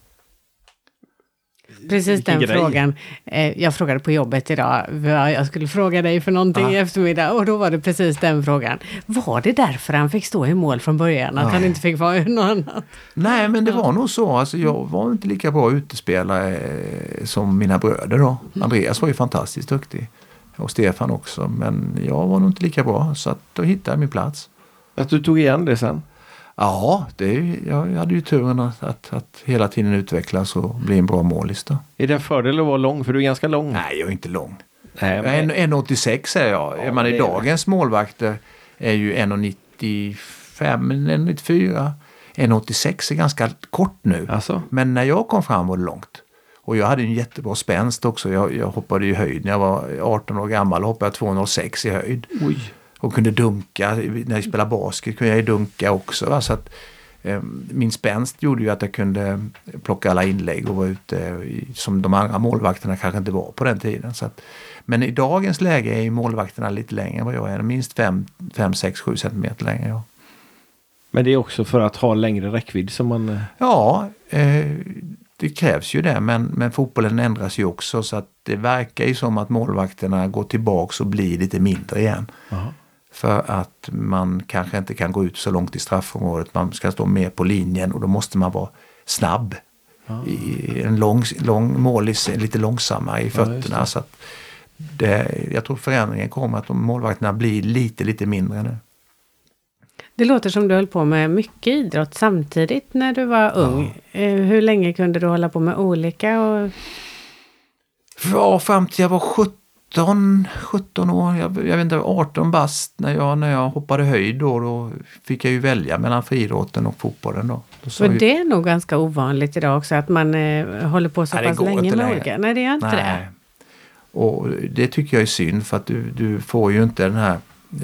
Precis den frågan. Jag frågade på jobbet idag. Jag skulle fråga dig för någonting i eftermiddag. Och då var det precis den frågan. Var det därför han fick stå i mål från början? Att han inte fick vara någon annan? Nej, men det var nog så. Alltså, jag var inte lika bra utespelare som mina bröder då. Andreas var ju fantastiskt duktig. Och Stefan också. Men jag var nog inte lika bra. Så att då hittade jag min plats. Att du tog igen det sen? Ja, jag hade ju turen att hela tiden utvecklas och bli en bra målista. Är det en fördel att vara lång? För du är ganska lång. Nej, jag är inte lång. Nej, men... 1,86 är jag. Ja, man är dagens målvakter är ju 1,95, 1,94. 1,86 är ganska kort nu. Alltså? Men när jag kom fram var det långt. Och jag hade en jättebra spänst också. Jag hoppade i höjd. När jag var 18 år gammal hoppade jag 2,06 i höjd. Oj. Och kunde dunka. När jag spelade basket kunde jag ju dunka också. Va? Så att, min spänst gjorde ju att jag kunde plocka alla inlägg och vara ute som de andra målvakterna kanske inte var på den tiden. Så att, men i dagens läge är ju målvakterna lite längre än vad jag är. Minst 5, 6, 7 centimeter längre. Ja. Men det är också för att ha längre räckvidd som man... Ja, det krävs ju det. Men fotbollen ändras ju också så att det verkar ju som att målvakterna går tillbaks och blir lite mindre igen. Aha. För att man kanske inte kan gå ut så långt i straffområdet. Man ska stå mer på linjen och då måste man vara snabb. I en lång målis lite långsammare i fötterna. Ja, så att jag tror förändringen kommer att målvakterna blir lite mindre nu. Det låter som du höll på med mycket idrott samtidigt när du var ung. Hur länge kunde du hålla på med olika? Ja, fram till jag var 17 år. Jag vet inte, 18 bast när jag hoppade höjd då fick jag ju välja mellan friidrotten och fotbollen då. För det är nog ganska ovanligt idag också att man håller på så pass länge med olika. Nej, det gör inte det. Och det tycker jag är synd för att du får ju inte den här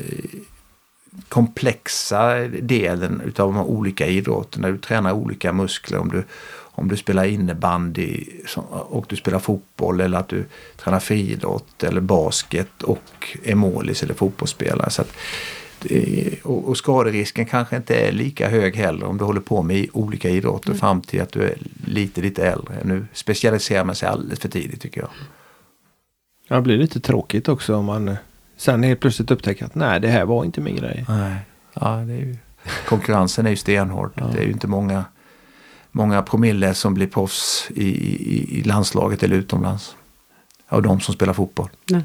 komplexa delen utav de olika idrotterna. Du tränar olika muskler om du spelar innebandy och du spelar fotboll eller att du tränar friidrott eller basket och är målis eller fotbollsspelare. Så att, och skaderisken kanske inte är lika hög heller om du håller på med olika idrotter fram till att du är lite äldre. Nu specialiserar man sig alldeles för tidigt tycker jag. Ja, det blir lite tråkigt också om man sen helt plötsligt upptäcker att nej, det här var inte min grej. Nej, ja, det är ju, konkurrensen är ju stenhård. Ja. Det är ju inte många promille som blir proffs i landslaget eller utomlands. Av de som spelar fotboll. Nej.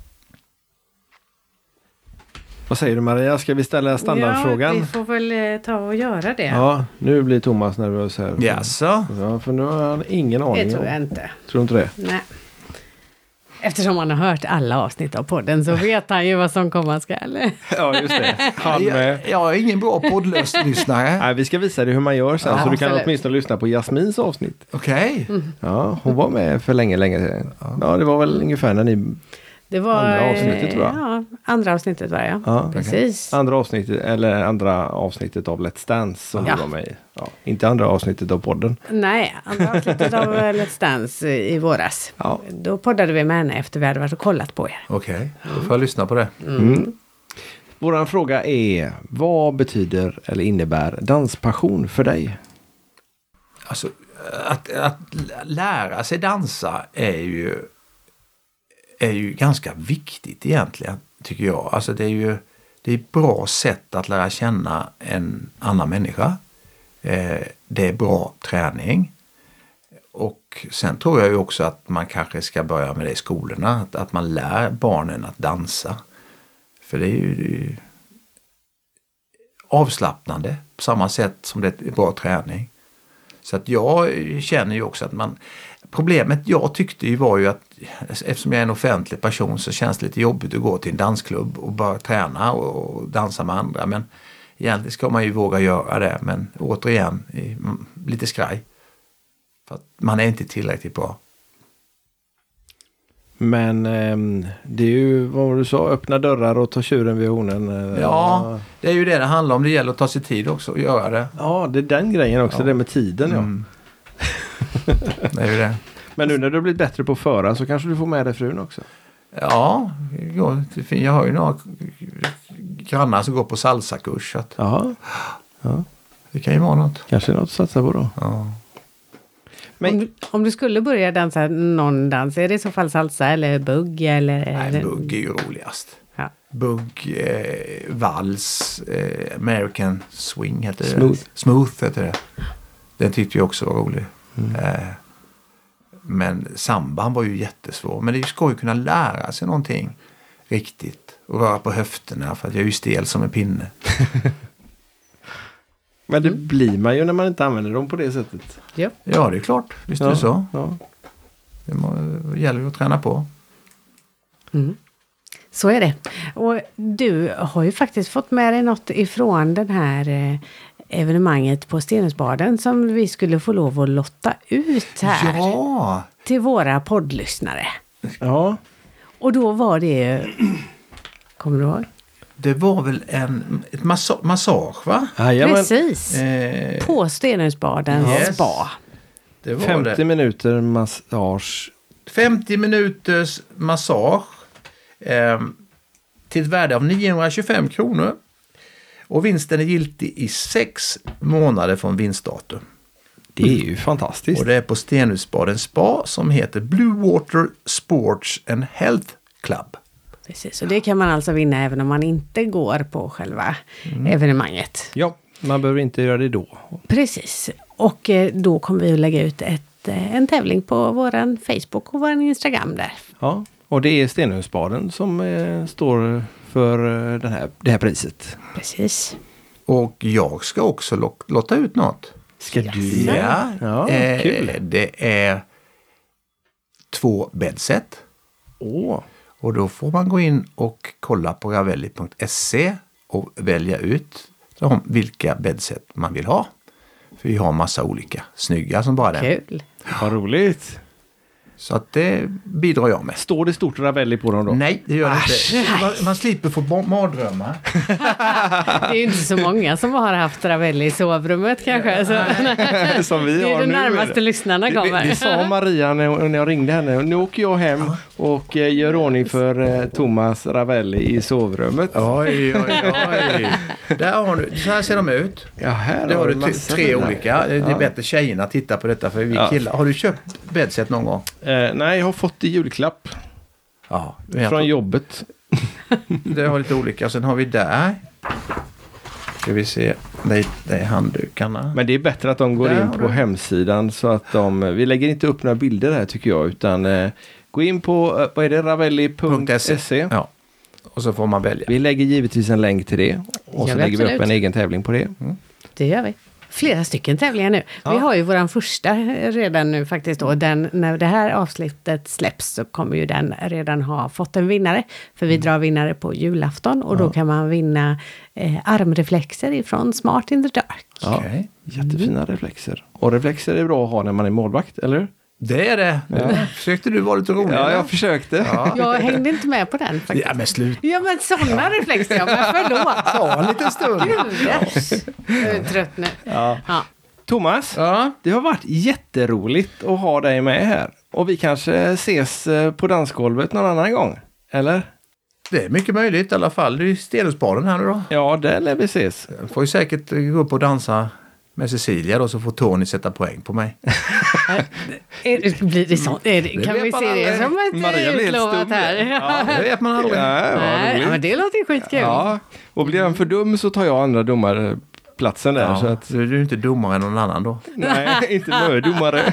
Vad säger du Maria? Ska vi ställa standardfrågan? Ja, vi får väl ta och göra det. Ja, nu blir Thomas nervös här. Jaså? Ja, för nu har han ingen aning. Det tror jag inte. Tror du inte det? Nej. Eftersom han har hört alla avsnitt av podden så vet han ju vad som komma skall. Ja, just det. Jag är ingen bra poddlyssnare. Nej, vi ska visa dig hur man gör sen så du kan åtminstone lyssna på Jasmins avsnitt. Okej. Ja, hon var med för länge sedan. Ja, det var väl ungefär när ni... Det var andra avsnittet tror jag. Ja, andra avsnittet var jag. Ja, precis. Andra avsnittet av Let's Dance som du var med i. Ja, inte andra avsnittet av podden. Nej, andra avsnittet av Let's Dance i våras. Ja. Då poddade vi med henne efter vi hade varit och kollat på er. Okej, då får jag lyssna på det. Våran fråga är, vad betyder eller innebär danspassion för dig? Alltså, att lära sig dansa är ju ganska viktigt egentligen, tycker jag. Alltså det är ett bra sätt att lära känna en annan människa. Det är bra träning. Och sen tror jag ju också att man kanske ska börja med det i skolorna. Att man lär barnen att dansa. För det är ju avslappnande på samma sätt som det är bra träning. Så att jag känner ju också att problemet jag tyckte ju var ju att eftersom jag är en offentlig person så känns det lite jobbigt att gå till en dansklubb och bara träna och dansa med andra. Men egentligen ska man ju våga göra det. Men återigen, lite skraj. För att man är inte tillräckligt bra. Men det är ju vad du sa, öppna dörrar och ta tjuren vid hornen. Ja, det är ju det handlar om. Det gäller att ta sig tid också och göra det. Ja, det är den grejen också, det med tiden. Det är ju det. Men nu när du har blivit bättre på att föra så kanske du får med dig frun också. Ja, jag har ju några grannar som går på salsakurs. Ja. Det kan ju vara något. Kanske något att satsa på då. Ja. Men om du skulle börja dansa någon dans, är det i så fall salsa eller bugg? Eller nej, bugg är ju roligast. Ja. Bugg, vals, American swing heter det. Smooth heter det. Den tyckte jag också var rolig. Men samban var ju jättesvår. Men det ska ju kunna lära sig någonting riktigt. Och röra på höfterna för att jag är ju stel som en pinne. Men det blir man ju när man inte använder dem på det sättet. Ja, det är klart. Visst är det så. Ja. Det gäller ju att träna på. Så är det. Och du har ju faktiskt fått med dig något ifrån den här evenemanget på Stenungsbaden som vi skulle få lov att lotta ut här. Ja! Till våra poddlyssnare. Ja. Och då var det... Kommer du ihåg? Det var väl ett massage, va? Jajamän. Precis. På Stenungsbadens spa. Det var 50 minuter massage. 50 minuters massage till ett värde av 925 kronor. Och vinsten är giltig i 6 månader från vinstdatum. Det är ju fantastiskt. Och det är på Stenungsbadens spa som heter Blue Water Sports and Health Club. Precis, och det kan man alltså vinna även om man inte går på själva evenemanget. Ja, man behöver inte göra det då. Precis, och då kommer vi att lägga ut en tävling på våran Facebook och våran Instagram där. Ja, och det är Stenungsbaden som står för det här priset. Precis. Och jag ska också lotta ut något. Ska du? Ja, kul. Det är 2 bedset. Och då får man gå in och kolla på ravelli.se och välja ut vilka bedset man vill ha. För vi har massa olika snygga som bara det. Kul. Vad roligt. Så att det bidrar jag med. Står det stort Ravelli på dem då? Nej, det gör det inte. Man slipper få mardrömmar. Det är ju inte så många som har haft Ravelli i sovrummet kanske. Så, Som vi det är har det nu. närmaste lyssnarna kommer. Det sa Maria när jag ringde henne. Nu åker jag hem och gör ordning för Thomas Ravelli i sovrummet. Oj. Där har du, så här ser de ut. Ja, här Där har du massa 3 bilar. olika. Det är bättre tjejerna titta på detta för vi killar. Har du köpt bedset någon gång? Nej, jag har fått i julklapp Ja. från jobbet. Det har lite olika. Sen har vi där. Ska vi se. Det är handdukarna. Men det är bättre att de går Där in har på du. hemsidan så att vi lägger inte upp några bilder här tycker jag utan gå in på vad är det ravelli.se. Ja. Och så får man välja. Vi lägger givetvis en länk till det och så Ja, lägger vi upp absolut. en egen tävling på det. Det gör vi. Flera stycken tävlingar nu. Vi har ju våran första redan nu faktiskt då. När det här avsnittet släpps så kommer ju den redan ha fått en vinnare. För vi drar vinnare på julafton och då kan man vinna armreflexer ifrån Smart in the Dark. Ja, Okej. jättefina reflexer. Och reflexer är bra att ha när man är målvakt, eller? Det är det. Försökte du vara lite rolig? Ja, eller? jag försökte. Ja. Jag hängde inte med på den faktiskt. Ja, men slut. Ja, men sådana reflexer, ja, men förlåt. Ta en liten stund. Gud, jag är trött nu. Ja. Ja. Thomas, Ja. det har varit jätteroligt att ha dig med här. Och vi kanske ses på dansgolvet någon annan gång, eller? Det är mycket möjligt i alla fall. Det är Stenungsbaden här nu då. Ja, där lär vi ses. Jag får ju säkert gå upp och dansa med Cecilia då så får Tony sätta poäng på mig. Blir det så? Kan vet vi man se det aldrig. som ett Maria blir helt utlovat stum. här? Ja. Det vet man aldrig. Ja, vad Nej, roligt. men det låter ju skitkul. Ja, och blir han för dum så tar jag andra domarplatsen där. Ja, Så att, du är ju inte dummare än någon annan då. nej, inte domare.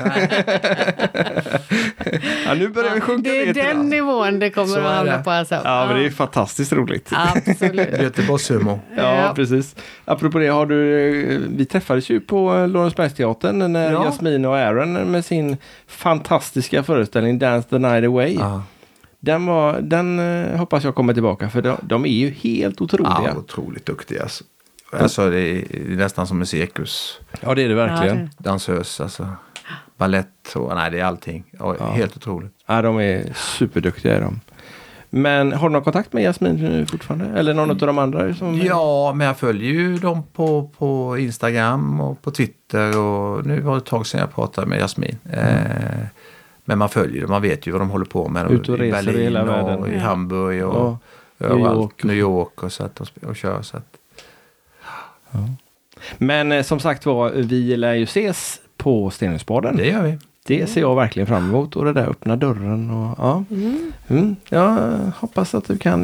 Ja, nu börjar vi sjunka Det är ner till den det. nivån det kommer Så att är hamna det. på alltså. Ja, men det är fantastiskt roligt. Absolut. Göteborgshumor. Ja, precis. Apropå det, vi träffades ju på Lorensbergsteatern när Ja. Jasmin och Aaron med sin fantastiska föreställning Dance the Night Away. Ja. Den hoppas jag kommer tillbaka för de är ju helt otroliga. Ja, otroligt duktiga. Alltså det är nästan som en cirkus. Ja, det är det verkligen. Ja, Dansös, alltså. Ballett och nej, det är allting. Ja. Helt otroligt. Ja, de är superduktiga är de. Men har du någon kontakt med Jasmin fortfarande? Eller någon av de andra? Ja, men jag följer ju dem på Instagram och på Twitter och nu var det ett tag sedan jag pratade med Jasmin. Men man följer dem, man vet ju vad de håller på med. Ut och I reser i Berlin hela och världen. i Hamburg och New York och så att och kör så att. Ja. Men som sagt var, vi lär ju ses på Stenungsbaden. Det gör vi. Det ser jag verkligen fram emot. Och det där öppna dörren. Och, ja. Jag hoppas att du kan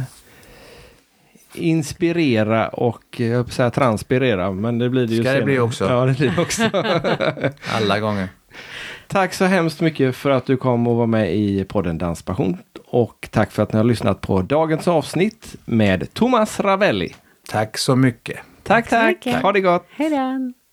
inspirera och jag höll på att säga transpirera. Men det blir det ju Ska det senare. bli också? Ja, det blir det också. Alla gånger. Tack så hemskt mycket för att du kom och var med i podden Danspassion. Och tack för att ni har lyssnat på dagens avsnitt med Thomas Ravelli. Tack så mycket. Tack. Tack. Ha det gott. Hej då.